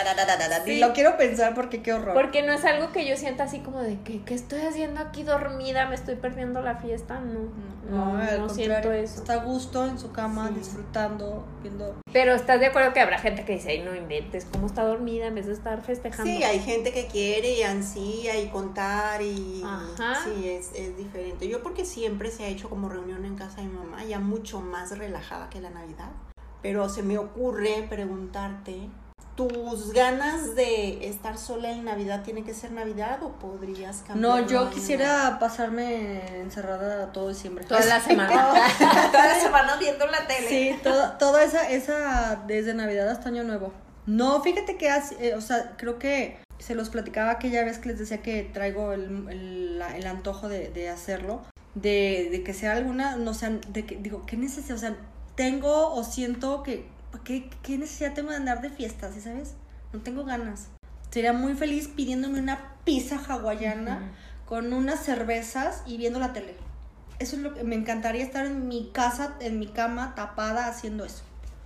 sí. Ni lo quiero pensar porque qué horror. Porque no es algo que yo sienta así como de que ¿qué estoy haciendo aquí dormida? ¿Me estoy perdiendo la fiesta? No, no, no, no siento eso. Está a gusto en su cama, sí. disfrutando, viendo... Pero ¿estás de acuerdo que habrá gente que dice, ay, no inventes, cómo está dormida en vez de estar festejando? Sí, hay gente que quiere y ansía y contar y... Ajá. Sí, es, es diferente. Yo porque siempre se ha hecho como reunión en casa de mi mamá, ya mucho más relajada que la Navidad. Pero se me ocurre preguntarte, ¿tus ganas de estar sola en Navidad tiene que ser Navidad o podrías cambiar? No, yo quisiera pasarme encerrada todo diciembre. Toda la semana. Toda la semana viendo la tele. Sí, todo, toda esa, esa, desde Navidad hasta Año Nuevo. No, fíjate que, eh, o sea, creo que se los platicaba aquella vez que les decía que traigo el, el, el antojo de, de hacerlo, de, de que sea alguna, no sé, de que, digo, ¿qué necesidad? O sea, tengo o siento que ¿qué, qué necesidad tengo de andar de fiesta? ¿Sí sabes? No tengo ganas. Sería muy feliz pidiéndome una pizza hawaiana uh-huh. con unas cervezas y viendo la tele. Eso es lo que me encantaría, estar en mi casa, en mi cama, tapada, haciendo eso.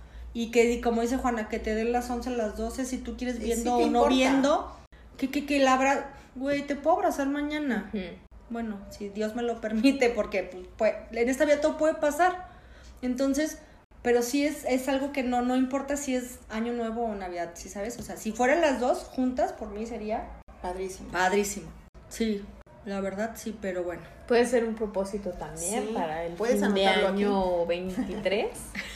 Y que, como dice Juana, que te den las once, las doce, si tú quieres viendo sí, o no importa. Viendo, que, que, que la abra, güey, te puedo abrazar mañana. Uh-huh. Bueno, si Dios me lo permite, porque pues, pues, en esta vida todo puede pasar. Entonces, pero sí es, es algo que no, no importa si es Año Nuevo o Navidad, ¿sí sabes? O sea, si fueran las dos juntas, por mí sería padrísimo. Padrísimo. Sí, la verdad sí, pero bueno. Puede ser un propósito también sí, para el ¿puedes fin de año aquí? veintitrés.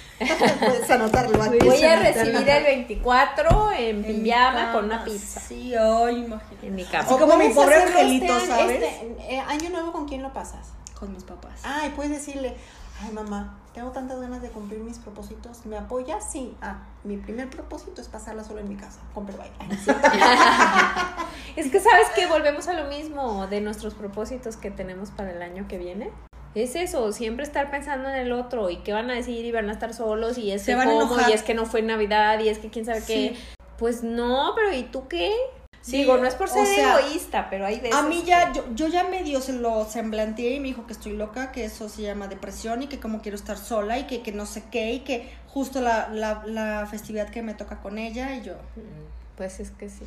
Puedes anotarlo aquí. Voy a recibir el veinticuatro en, en pijama con una pizza. Sí, ay, imagínate. En mi cama. Así como mi pobre angelito, este, ¿sabes? Este, eh, Año Nuevo, ¿con quién lo pasas? Con mis papás. Ay, puedes decirle, ay, mamá, tengo tantas ganas de cumplir mis propósitos, ¿me apoyas? Sí. Ah, mi primer propósito es pasarla solo en mi casa, con Perbaik. Es que, ¿sabes qué? Volvemos a lo mismo de nuestros propósitos que tenemos para el año que viene. Es eso, siempre estar pensando en el otro y qué van a decir y van a estar solos y es que cómo y es que no fue Navidad y es que quién sabe sí. qué. Pues no, pero ¿y tú qué? Sí, digo, no es por ser o sea, egoísta, pero hay veces a mí ya, que... yo, yo ya medio se lo semblanteé y me dijo que estoy loca, que eso se llama depresión y que como quiero estar sola y que, que no sé qué y que justo la, la, la festividad que me toca con ella y yo... Pues es que sí.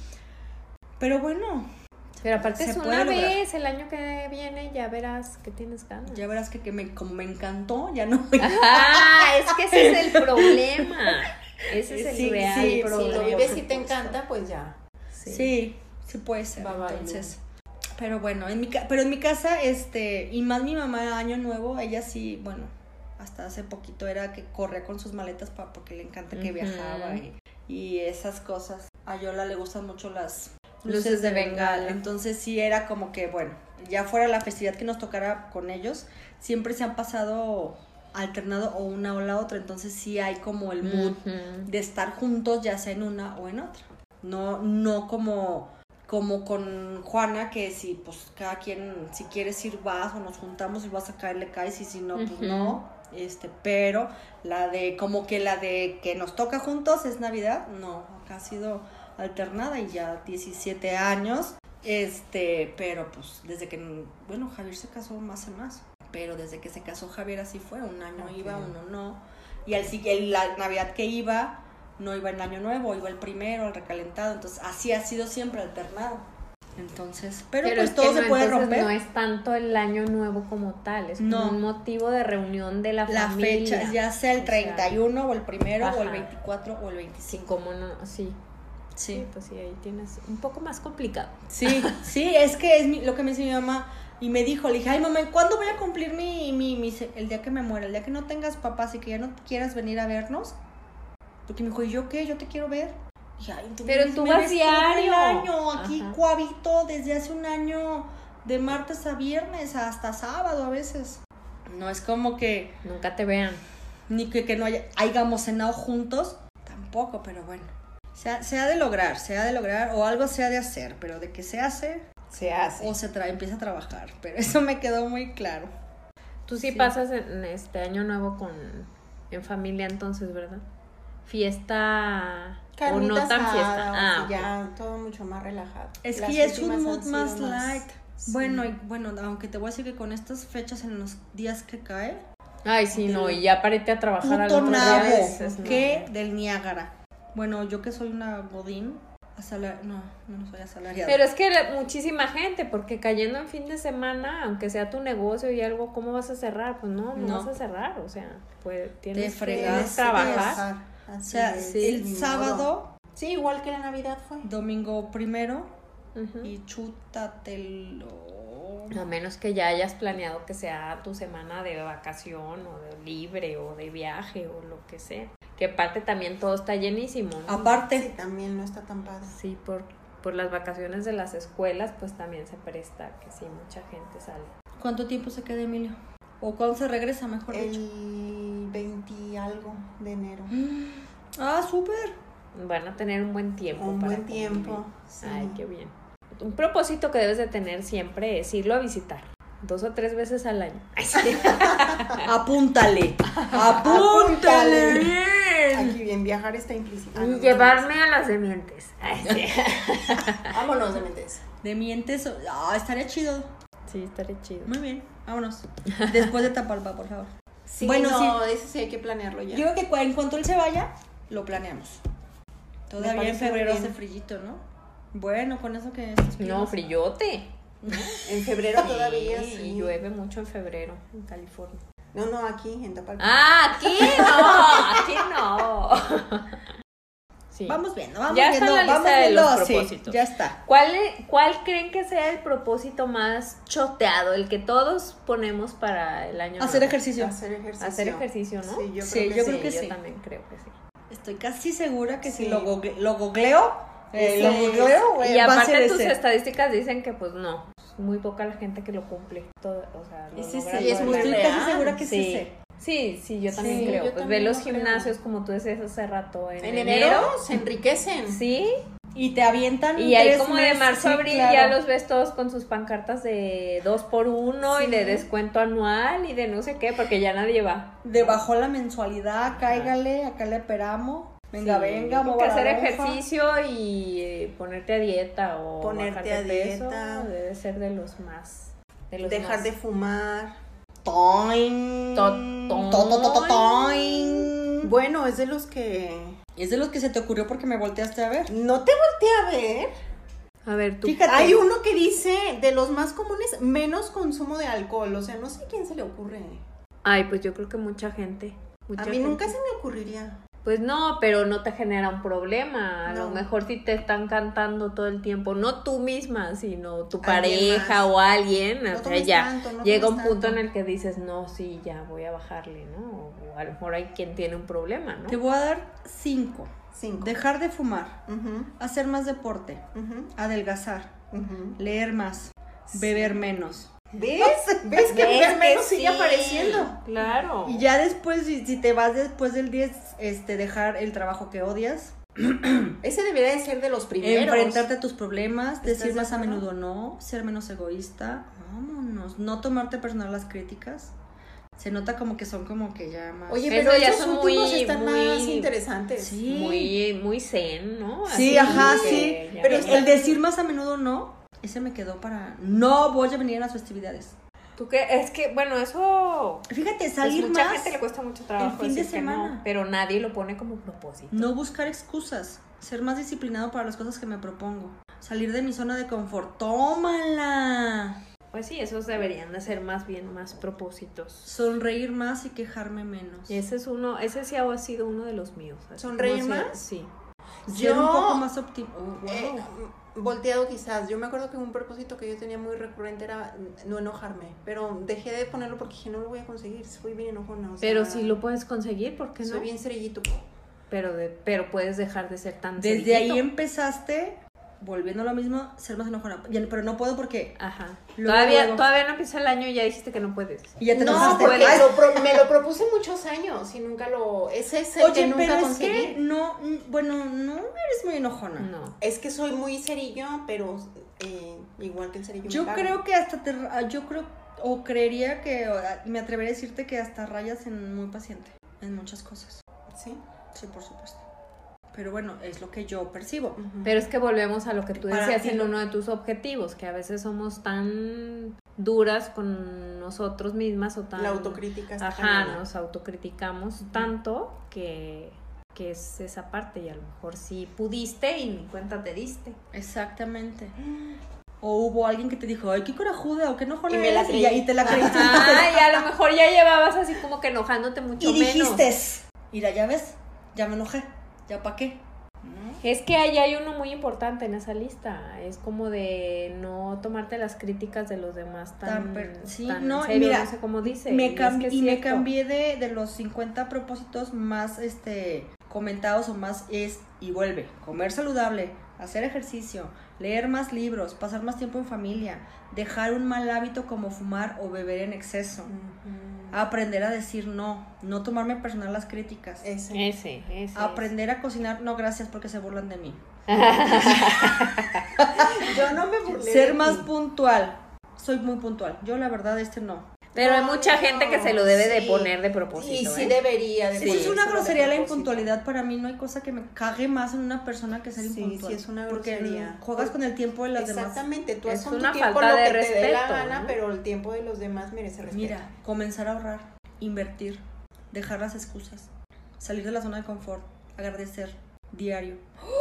Pero bueno... Pero aparte es una vez, el año que viene ya verás que tienes ganas. Ya verás que, que me, como me encantó, ya no... Ah, es que ese es el problema. Ese es el sí, real sí, problema. Si lo vives y te encanta, pues ya... Sí, sí, sí puede ser. Bye, bye, entonces, bye. Pero bueno, en mi pero en mi casa, este, y más mi mamá Año Nuevo, ella sí, bueno, hasta hace poquito era que corría con sus maletas para porque le encanta que uh-huh. viajaba y, y esas cosas. A Yola le gustan mucho las luces, luces de, de bengala. bengala. Entonces sí era como que, bueno, ya fuera la festividad que nos tocara con ellos, siempre se han pasado alternado o una o la otra, entonces sí hay como el mood uh-huh. de estar juntos, ya sea en una o en otra. No, no como, como con Juana, que si pues cada quien, si quieres ir vas o nos juntamos y vas a caer, le caes y si no, pues uh-huh. no, este, pero la de, como que la de que nos toca juntos es Navidad, no, acá ha sido alternada y ya diecisiete años, este, pero pues desde que, bueno, Javier se casó más y más, pero desde que se casó Javier así fue, un año okay. iba, uno no, y al siguiente, la Navidad que iba, no iba en Año Nuevo, iba el primero, el recalentado, entonces así ha sido siempre alternado. Entonces, pero, pero pues todo se no, puede romper. No es tanto el Año Nuevo como tal, es como no. un motivo de reunión de la, la familia. La fecha, ya sea el treinta y uno o el primero ajá. o el veinticuatro o el veinticinco. Sí, como no, sí. Sí. sí, pues sí, ahí tienes un poco más complicado. Sí, sí, es que es mi, lo que me dice mi mamá y me dijo, le dije, ay mamá, ¿cuándo voy a cumplir mi, mi, mi, el día que me muera? El día que no tengas papás y que ya no quieras venir a vernos. Porque me dijo, ¿y yo qué? Yo te quiero ver. Y, ay, tú pero tú vas diario. Año. Aquí ajá. cohabito desde hace un año de martes a viernes hasta sábado a veces. No es como que... Nunca te vean. Ni que, que no haya, hayamos cenado juntos. Tampoco, pero bueno. Se ha, se ha de lograr, se ha de lograr o algo se ha de hacer. Pero de que se hace... Se hace. O se tra- empieza a trabajar. Pero eso me quedó muy claro. Tú sí, sí. pasas en este Año Nuevo con en familia entonces, ¿verdad? fiesta Carnita o no tan asada, fiesta. o Ah, sea, ok. ya todo mucho más relajado. Es Las que ya es un últimas mood han sido más light. sí. Bueno, y, bueno, aunque te voy a decir que con estas fechas en los días que cae, Ay, sí, no, y ya parete a trabajar al puto otro nabo, día. dices, no. ¿qué? Del Niágara. Bueno, yo que soy una godín, asalar... no, no, no soy asalariada. Pero es que la- muchísima gente, porque cayendo en fin de semana, aunque sea tu negocio y algo, ¿cómo vas a cerrar? Pues no, no, No. vas a cerrar, o sea, pues tienes Te que fregaste. trabajar. o Así sea, es, el ni sábado, modo. Sí, igual que la Navidad fue. domingo primero, Ujú. y chútatelo. A menos que ya hayas planeado que sea tu semana de vacación o de libre o de viaje o lo que sea. Que aparte también todo está llenísimo, ¿no? Aparte, Sí, también no está tan padre. Sí, por, por las vacaciones de las escuelas, pues también se presta que sí, mucha gente sale. ¿cuánto tiempo se queda Emilio? ¿O cuándo se regresa, mejor dicho? El veinte y algo de enero. Ah, súper. Van a tener un buen tiempo. Un para buen tiempo, convivir. sí. Ay, qué bien. Un propósito que debes de tener siempre es irlo a visitar. Dos o tres veces al año. Ay, sí. Apúntale. Apúntale bien. Aquí bien, viajar está implícito. Ah, Y no, llevarme a las semientes. Ay, sí. Vámonos de mentes. De mientes. Ah, estaría chido. Sí, estaría chido. Muy bien, vámonos. Después de Tapalpa, por favor. Sí, Bueno, no, ese sí hay que planearlo ya. Yo creo que cu- en cuanto él se vaya, lo planeamos. Todavía en parece febrero muy hace bien. frillito, ¿no? Bueno, con eso que estás No, pidiendo. frillote. En febrero todavía Sí, sí. y llueve mucho en febrero en California. No, no, aquí en Tapalpa. Ah, aquí no, aquí no. Sí. Vamos viendo, vamos Ya está viendo. en la lista vamos de viendo los así, propósitos. ya está. ¿Cuál, ¿Cuál creen que sea el propósito más choteado, el que todos ponemos para el año Hacer nuevo? ejercicio. Hacer ejercicio. Hacer ejercicio, ¿no? Sí, yo Sí, creo que yo sí. creo que yo sí. también creo que sí. Estoy casi segura que si Sí. lo, google- lo googleo, eh, Sí. lo googleo, güey, Y va a aparte ser tus ese. estadísticas dicen que pues no, muy poca la gente que lo cumple. Todo, o sea, lo Ese logra sí, es todo muy el estoy año. real. casi segura que Sí. es ese. Sí, sí, yo también Sí, creo. yo Pues también ve los lo creo. gimnasios como tú decías hace rato en, En enero se enriquecen. Sí, Y te avientan y ahí tres como de meses, marzo a sí, abril claro. ya los ves todos con sus pancartas de dos por uno y Sí. de descuento anual y de no sé qué, porque ya nadie va. De bajó la mensualidad, cáigale, acá le esperamos. Venga, Sí, venga, yo creo que mueva la hacer lonja. ejercicio y eh, ponerte a dieta o Ponerte bajar de a peso dieta. debe ser de los más de los Dejar más- de fumar. Toin. To- toin. To- to- to- to- toin. Bueno, es de los que Es de los que se te ocurrió porque me volteaste a ver. no te volteé a ver. A ver, tú. Fíjate. Hay uno que dice de los más comunes, menos consumo de alcohol. O sea, no sé quién se le ocurre. Ay, pues yo creo que mucha gente. mucha A mí gente. nunca se me ocurriría. Pues no, pero no te genera un problema. A lo No. mejor si te están cantando todo el tiempo, no tú misma, sino tu Alguien pareja más. o alguien, No o sea, tomes ya tanto, no llega un tomes punto tanto. en el que dices, no, sí, ya voy a bajarle, ¿no? O a lo mejor hay quien tiene un problema, ¿no? Te voy a dar cinco. Cinco. Dejar de fumar, Ujú, hacer más deporte, ujú, adelgazar, ujú. leer más, beber menos. ¿Ves? ¿Ves que ¿Ves beber que menos sí? sigue apareciendo? Claro. Y ya después, si, si te vas después del diez, este, dejar el trabajo que odias, Ese debería de ser de los primeros. enfrentarte a tus problemas, ¿Estás decir de más a acuerdo? menudo no, ser menos egoísta, vámonos, no tomarte personal las críticas. Se nota como que son como que ya más... Oye, Eso pero ya esos son últimos muy- están muy- más interesantes. Sí. Muy, muy zen, ¿no? Sí, Así ajá, que sí. ya Pero no- el decir más a menudo no, ese me quedó para... No voy a venir a las festividades. ¿Tú qué? Es que, bueno, eso... Fíjate, Pues salir mucha más, gente le cuesta mucho trabajo el fin de decir que no, semana. pero nadie lo pone como propósito. no buscar excusas, ser más disciplinado para las cosas que me propongo, salir de mi zona de confort. ¡Tómala! Pues sí, esos deberían de ser más bien más propósitos. Sonreír más y quejarme menos. Y ese es uno, ese sí ha sido uno de los míos. así ¿Sonreír como si- más? Sí. Ser un Yo- poco más optimista. Eh, volteado quizás. Yo me acuerdo que un propósito que yo tenía muy recurrente era no enojarme, pero dejé de ponerlo porque dije no lo voy a conseguir, soy bien enojona. O sea, Pero si lo puedes conseguir, ¿por qué no? soy bien cerillito. Pero, de, pero puedes dejar de ser tan Desde cerillito. ahí empezaste, volviendo a lo mismo, ser más enojona. Ya, pero no puedo porque... Ajá. Luego, todavía, luego. todavía no empieza el año y ya dijiste que no puedes. Y ya te No, enojaste. porque Ay, lo pro- me lo propuse muchos años y nunca lo... Ese es el que Oye, nunca pero es conseguí. que no, mm, bueno, no eres muy enojona. No. Es que soy muy cerillo, pero eh, igual que el cerillo. Yo me cago. creo que hasta te, yo creo, o creería que, o, me atrevería a decirte que hasta rayas en muy paciente, en muchas cosas. Sí. Sí, por supuesto. Pero bueno, es lo que yo percibo. Ujú. Pero es que volvemos a lo que tú Para decías ti, en ¿no? uno de tus objetivos, que a veces somos tan duras con nosotros mismas o tan... La autocrítica está Ajá, cañona. nos autocriticamos tanto que, que es esa parte y a lo mejor sí pudiste y ni cuenta te diste. Exactamente. O hubo alguien que te dijo, ay, qué corajuda, o qué enojona Y me la eres, creí. y, y te la creíste. Ah, y a lo mejor ya llevabas así como que enojándote mucho Y menos. dijiste, mira, ya ves, ya me enojé, ya pa' qué. ¿No? Es que ahí hay uno muy importante en esa lista. Es como de no tomarte las críticas de los demás tan, Tan per- sí, tan no, en serio, mira, no sé cómo dice. Me y es cambi- que es y me cierto. cambié de, de los cincuenta propósitos más este comentados o más es y vuelve, comer saludable, hacer ejercicio, leer más libros, pasar más tiempo en familia, dejar un mal hábito como fumar o beber en exceso, Ujú. aprender a decir no, no tomarme personal las críticas, Ese. Ese, ese. aprender a cocinar, no gracias porque se burlan de mí, Yo no me burlé ser de más ti. puntual, soy muy puntual, yo la verdad este no. Pero hay No, mucha no, gente que se lo debe de sí. poner de Y propósito. sí ¿eh? debería de Sí, ponerse es una de grosería la propósito. impuntualidad para mí, no hay cosa que me cague más en una persona que ser Sí, impuntual. sí, es una porque grosería. juegas con el tiempo de las demás. Exactamente, tú Es haz con una tu tiempo falta lo de que te dé la respeto, gana, ¿no? pero el tiempo de los demás merece respeto. Mira, comenzar a ahorrar, invertir, dejar las excusas, salir de la zona de confort, agradecer, diario,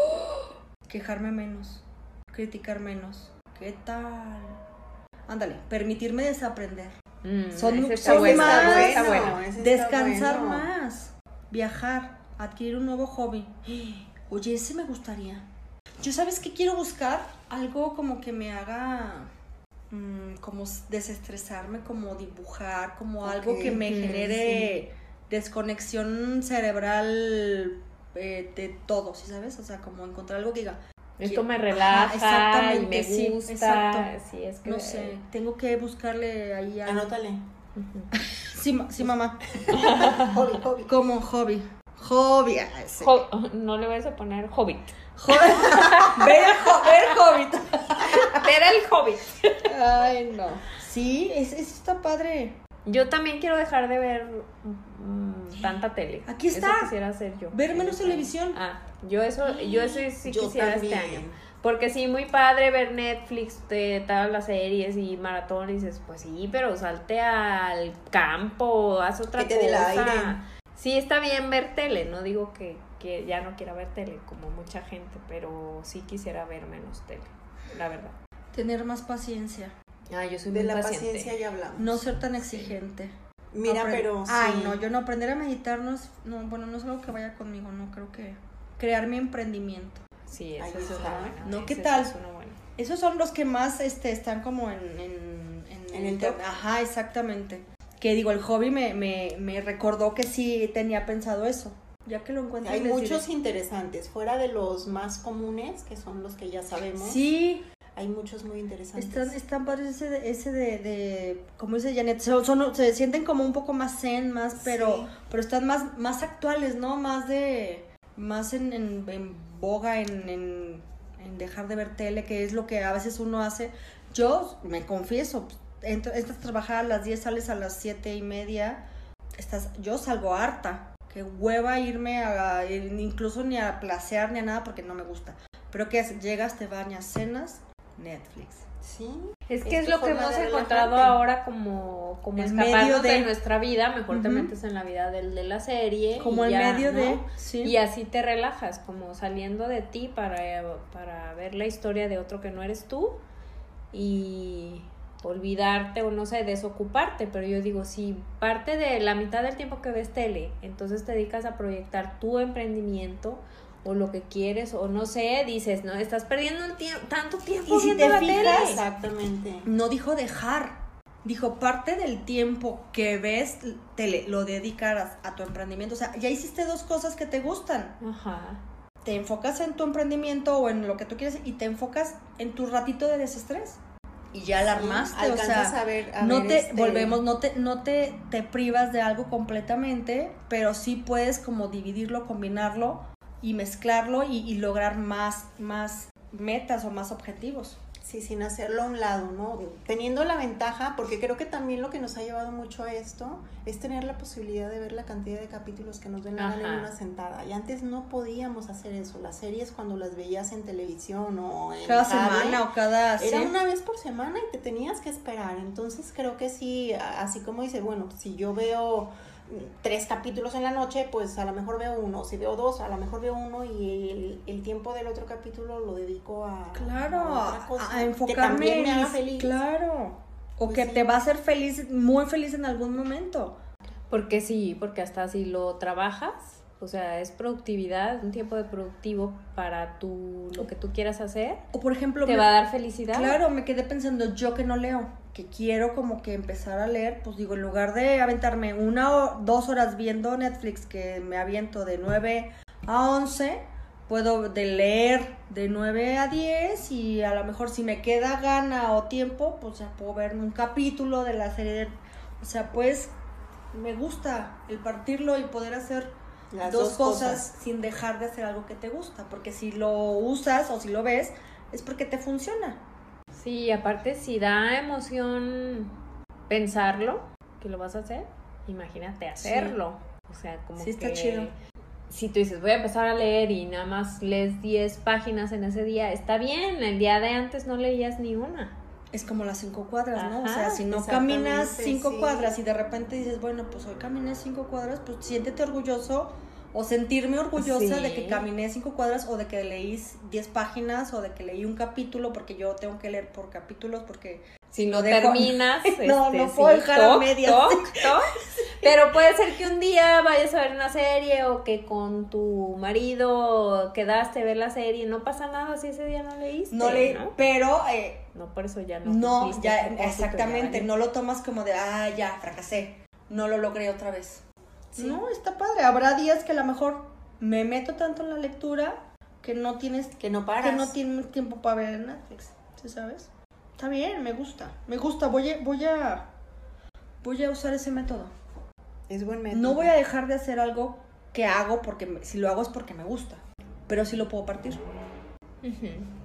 quejarme menos, criticar menos. ¿Qué tal? Ándale, permitirme desaprender, Mm, Son- ese son está bueno, más- ese está bueno. bueno. Ese está descansar bueno. más, viajar, adquirir un nuevo hobby. Oye, ese me gustaría. Yo, ¿sabes qué quiero buscar? Algo como que me haga mm, como desestresarme, como dibujar, como algo Ok, que me ujú, genere desconexión cerebral eh, de todo, ¿sí sabes? O sea, como encontrar algo que diga, Esto me Ajá, relaja y exactamente, me sí, gusta. exacto. Sí, es que no sé, tengo que buscarle ahí algo. Anótale. Ujú. Sí, ma- sí, mamá. Hobby, hobby. Como hobby. Hobby. ay, sí. Jo- no le vayas a poner Hobbit. Hobby. ver, el ho- ver Hobbit. Ver el Hobbit. Ay, no. Sí, es- eso está padre. Yo también quiero dejar de ver mm, tanta tele. Aquí está. Eso quisiera hacer yo. Ver menos Este año. televisión. Ah, yo eso, yo eso sí Yo quisiera también. este año. Porque sí, muy padre ver Netflix, de todas las series y maratón, y dices, pues sí, pero salte al campo, haz otra Que te dé el cosa. aire. Sí, está bien ver tele, no digo que, que ya no quiera ver tele, como mucha gente, pero sí quisiera ver menos tele, la verdad. Tener más paciencia. Ah, yo soy De muy la paciente. paciencia ya hablamos. No ser tan exigente. Mira, Aprend- pero sí. Ay, no, yo no. Aprender a meditar no es... No, bueno, no es algo que vaya conmigo, no. Creo que... Crear mi emprendimiento. Sí, Ahí esa es está. una buena. ¿No? esa ¿Qué sí tal? es una buena. Esos son los que más este, están como en... En, en, En el top. Ajá, exactamente. Que digo, el hobby me, me, me recordó que sí tenía pensado eso. Ya que lo encuentro Hay les muchos diré. interesantes, fuera de los más comunes, que son los que ya sabemos. Sí, Hay muchos muy interesantes. están, están padres ese de, ese de, de como dice Janet, son, son- se sienten como un poco más zen, más, pero, Sí. pero están más, más actuales, ¿no? Más de, más en, en, en boga, en, en, en dejar de ver tele, que es lo que a veces uno hace. Yo, me confieso, entro- entras a trabajar a las diez, sales a las siete y media, estás, yo salgo harta, que hueva irme a, incluso ni a placear ni a nada porque no me gusta. Pero ¿qué haces? Llegas, te bañas, cenas, Netflix. Sí. Es que es, tu lo que forma hemos de encontrado relajarte. ahora como, como En escaparnos medio de... de- nuestra vida, mejor te Ujú. metes en la vida del de la serie. Como y en ya, medio ¿no? de... Sí. Y así te relajas, como saliendo de ti para, para ver la historia de otro que no eres tú y olvidarte o no sé, desocuparte. Pero yo digo, si parte de la mitad del tiempo que ves tele, entonces te dedicas a proyectar tu emprendimiento o lo que quieres o no sé, dices, no, estás perdiendo el tiempo, tanto tiempo Y si viendo te la fijas, tele. Exactamente. No dijo dejar, dijo parte del tiempo que ves tele, lo dedicarás a tu emprendimiento. O sea, ya hiciste dos cosas que te gustan. Ajá. Te enfocas en tu emprendimiento o en lo que tú quieres y te enfocas en tu ratito de desestrés. Y ya la armaste, o Alcanzas sea, a ver, a no ver, te, este, volvemos, no te, no te, te privas de algo completamente, pero sí puedes como dividirlo, combinarlo y mezclarlo y, y lograr más, más metas o más objetivos. Sí, sin hacerlo a un lado, ¿no? Teniendo la ventaja, porque creo que también lo que nos ha llevado mucho a esto es tener la posibilidad de ver la cantidad de capítulos que nos den la gana en una sentada. Y antes no podíamos hacer eso. Las series cuando las veías en televisión o en cada cable, semana o cada... era ¿sí? una vez por semana y te tenías que esperar. Entonces creo que sí, así como dice, bueno, si yo veo tres capítulos en la noche, pues a lo mejor veo uno, si veo dos, a lo mejor veo uno y el, el tiempo del otro capítulo lo dedico a, claro, a otra cosa, a enfocarme que también me haga en, feliz. Claro, o Pues que sí. te va a hacer feliz, muy feliz en algún momento. Porque sí, porque hasta si lo trabajas, o sea, es productividad, un tiempo de productivo para tu, lo que tú quieras hacer, O por ejemplo, te me- va a dar felicidad. Claro, me quedé pensando, yo que no leo, que quiero como que empezar a leer, pues digo, en lugar de aventarme una o dos horas viendo Netflix, que me aviento de nueve a once, puedo de leer de nueve a diez y a lo mejor si me queda gana o tiempo, pues ya puedo ver un capítulo de la serie. O sea, pues me gusta el partirlo y poder hacer Las dos, dos cosas, cosas. sin dejar de hacer algo que te gusta, porque si lo usas o si lo ves, es porque te funciona. Sí, aparte si da emoción pensarlo, que lo vas a hacer, imagínate hacerlo. O sea, como Sí, está que chido. si tú dices, voy a empezar a leer y nada más lees diez páginas en ese día, está bien, el día de antes no leías ni una. Es como las cinco cuadras, ¿no? Ajá, o sea, si no exactamente, caminas cinco sí. cuadras y de repente dices, bueno, pues hoy caminé cinco cuadras, pues siéntete orgulloso o sentirme orgullosa Sí. de que caminé cinco cuadras o de que leí diez páginas o de que leí un capítulo, porque yo tengo que leer por capítulos porque Si lo no dejo- terminas, No, este, no sí, puedo dejar a toc, medias. toc, toc. Pero puede ser que un día vayas a ver una serie o que con tu marido quedaste a ver la serie, no pasa nada si ese día no leíste. no leí, ¿no? pero eh, No, por eso ya no. no, cumpliste ya, el propósito, exactamente, ya, no lo tomas como de, ah, ya, fracasé, no lo logré otra vez. Sí. No, está padre, habrá días que a lo mejor me meto tanto en la lectura que no tienes, Que no paras. que no tienes tiempo para ver en Netflix, ¿sí sabes? Está bien, me gusta, me gusta, voy a, voy a, voy a usar ese método. Es buen método. No voy a dejar de hacer algo que hago porque, me- si lo hago es porque me gusta, pero sí lo puedo partir. Ujú.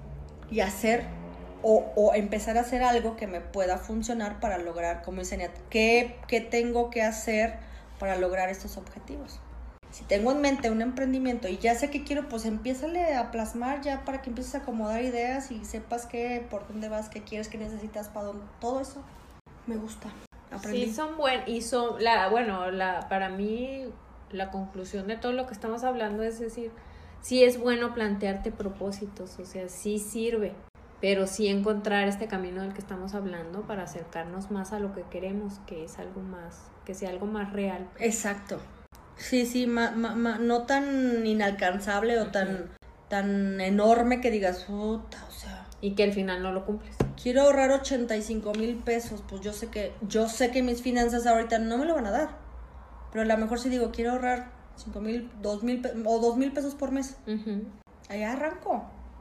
Y hacer o, o empezar a hacer algo que me pueda funcionar para lograr, como dice Nat, ¿qué, qué tengo que hacer para lograr estos objetivos? Si tengo en mente un emprendimiento y ya sé que quiero, pues empiézale a plasmar ya para que empieces a acomodar ideas y sepas qué, por dónde vas, qué quieres, qué necesitas, para dónde, todo eso me gusta. Aprendí. Sí, son buenos. Y son, la, bueno, la, para mí, la conclusión de todo lo que estamos hablando es decir, sí es bueno plantearte propósitos, o sea, sí sirve, pero sí encontrar este camino del que estamos hablando para acercarnos más a lo que queremos, que es algo más, que sea algo más real. Exacto. Sí, sí, ma, ma, ma, no tan inalcanzable o tan, tan enorme que digas, puta, o sea, Y que al final no lo cumples. quiero ahorrar ochenta y cinco mil pesos, pues yo sé que, yo sé que mis finanzas ahorita no me lo van a dar. Pero a lo mejor si digo, quiero ahorrar cinco mil, dos mil o dos mil pesos por mes, Uh-huh. allá arranco.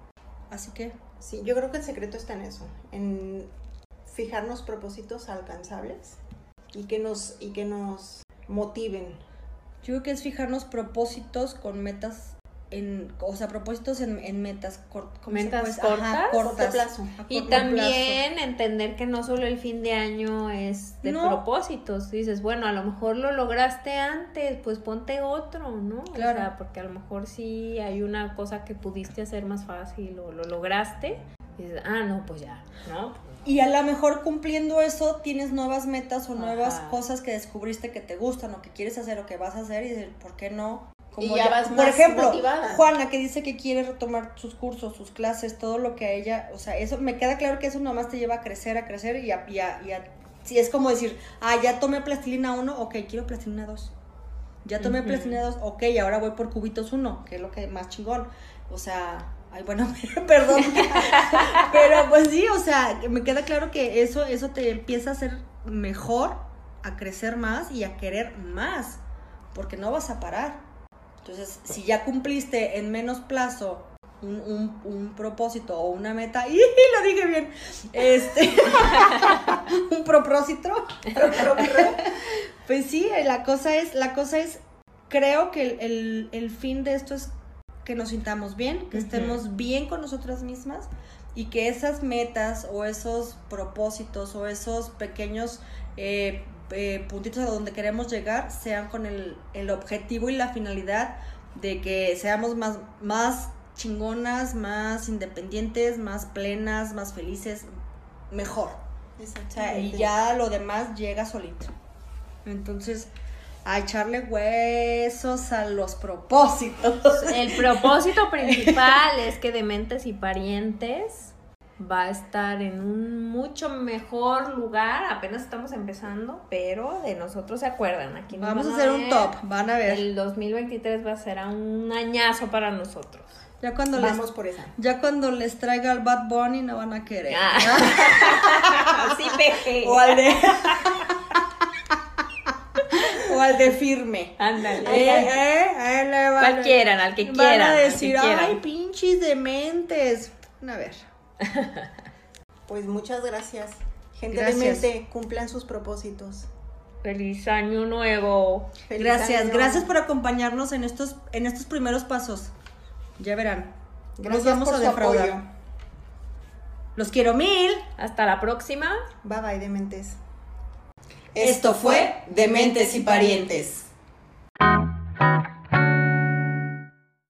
Así que, Sí, yo creo que el secreto está en eso, en fijarnos propósitos alcanzables y que nos, y que nos motiven. yo creo que es fijarnos propósitos con metas, en, o sea, propósitos en, en metas cor- ¿cómo se Metas puede? Ajá, cortas, cortas. corto plazo. A Y corto también entender que no solo el fin de año es de No. propósitos. Dices, bueno, a lo mejor lo lograste antes, pues ponte otro, ¿no? Claro. O sea, porque a lo mejor sí hay una cosa que pudiste hacer más fácil o lo lograste. Y dices, ah, no, pues ya, ¿no? Y a lo mejor cumpliendo eso tienes nuevas metas o Ajá. nuevas cosas que descubriste que te gustan o que quieres hacer o que vas a hacer y dices, ¿por qué no? Y ya vas por más ejemplo, motivada. Juana que dice que quiere retomar sus cursos, sus clases, todo lo que a ella, o sea, eso me queda claro que eso nomás te lleva a crecer, a crecer y a, y a, y a si es como decir, ah, ya tomé plastilina uno, ok, quiero plastilina dos. Ya tomé Ujú. plastilina dos, ok, ahora voy por cubitos uno, que es lo que más chingón. O sea, ay, bueno, perdón. Pero pues sí, o sea, me queda claro que eso, eso te empieza a hacer mejor, a crecer más y a querer más, porque no vas a parar. Entonces, si ya cumpliste en menos plazo un, un, un propósito o una meta, ¡y lo dije bien! Este, un propósito, pues sí, la cosa es, la cosa es, creo que el, el, el fin de esto es que nos sintamos bien, que Ujú. estemos bien con nosotras mismas y que esas metas o esos propósitos o esos pequeños eh, eh, puntitos a donde queremos llegar sean con el, el objetivo y la finalidad de que seamos más, más chingonas, más independientes, más plenas, más felices, mejor. O sea, y ya lo demás llega solito. Entonces, a echarle huesos a los propósitos. El propósito principal es que Dementes y Parientes va a estar en un mucho mejor lugar. Apenas estamos empezando, pero de nosotros se acuerdan. Aquí nos Vamos van a hacer ver. un top, van a ver. El dos mil veintitrés va a ser un añazo para nosotros. Ya cuando Vamos les, por esa. ya cuando les traiga al Bad Bunny no van a querer. Ah. Sí, Pepe. O al de o al de Firme. Ándale. Eh, eh, eh, le van a- Cual quieran, al que van quieran. a al que decir, quieran. ay, pinches dementes. A ver. Pues muchas gracias. Gente Gracias. de mente, cumplan sus propósitos. Feliz año nuevo. Feliz Gracias, año. gracias por acompañarnos en estos, en estos primeros pasos. Ya verán. No Gracias Nos vamos por a su defraudar. apoyo. Los quiero mil. Hasta la próxima. Bye bye, dementes. Esto fue Dementes y Parientes.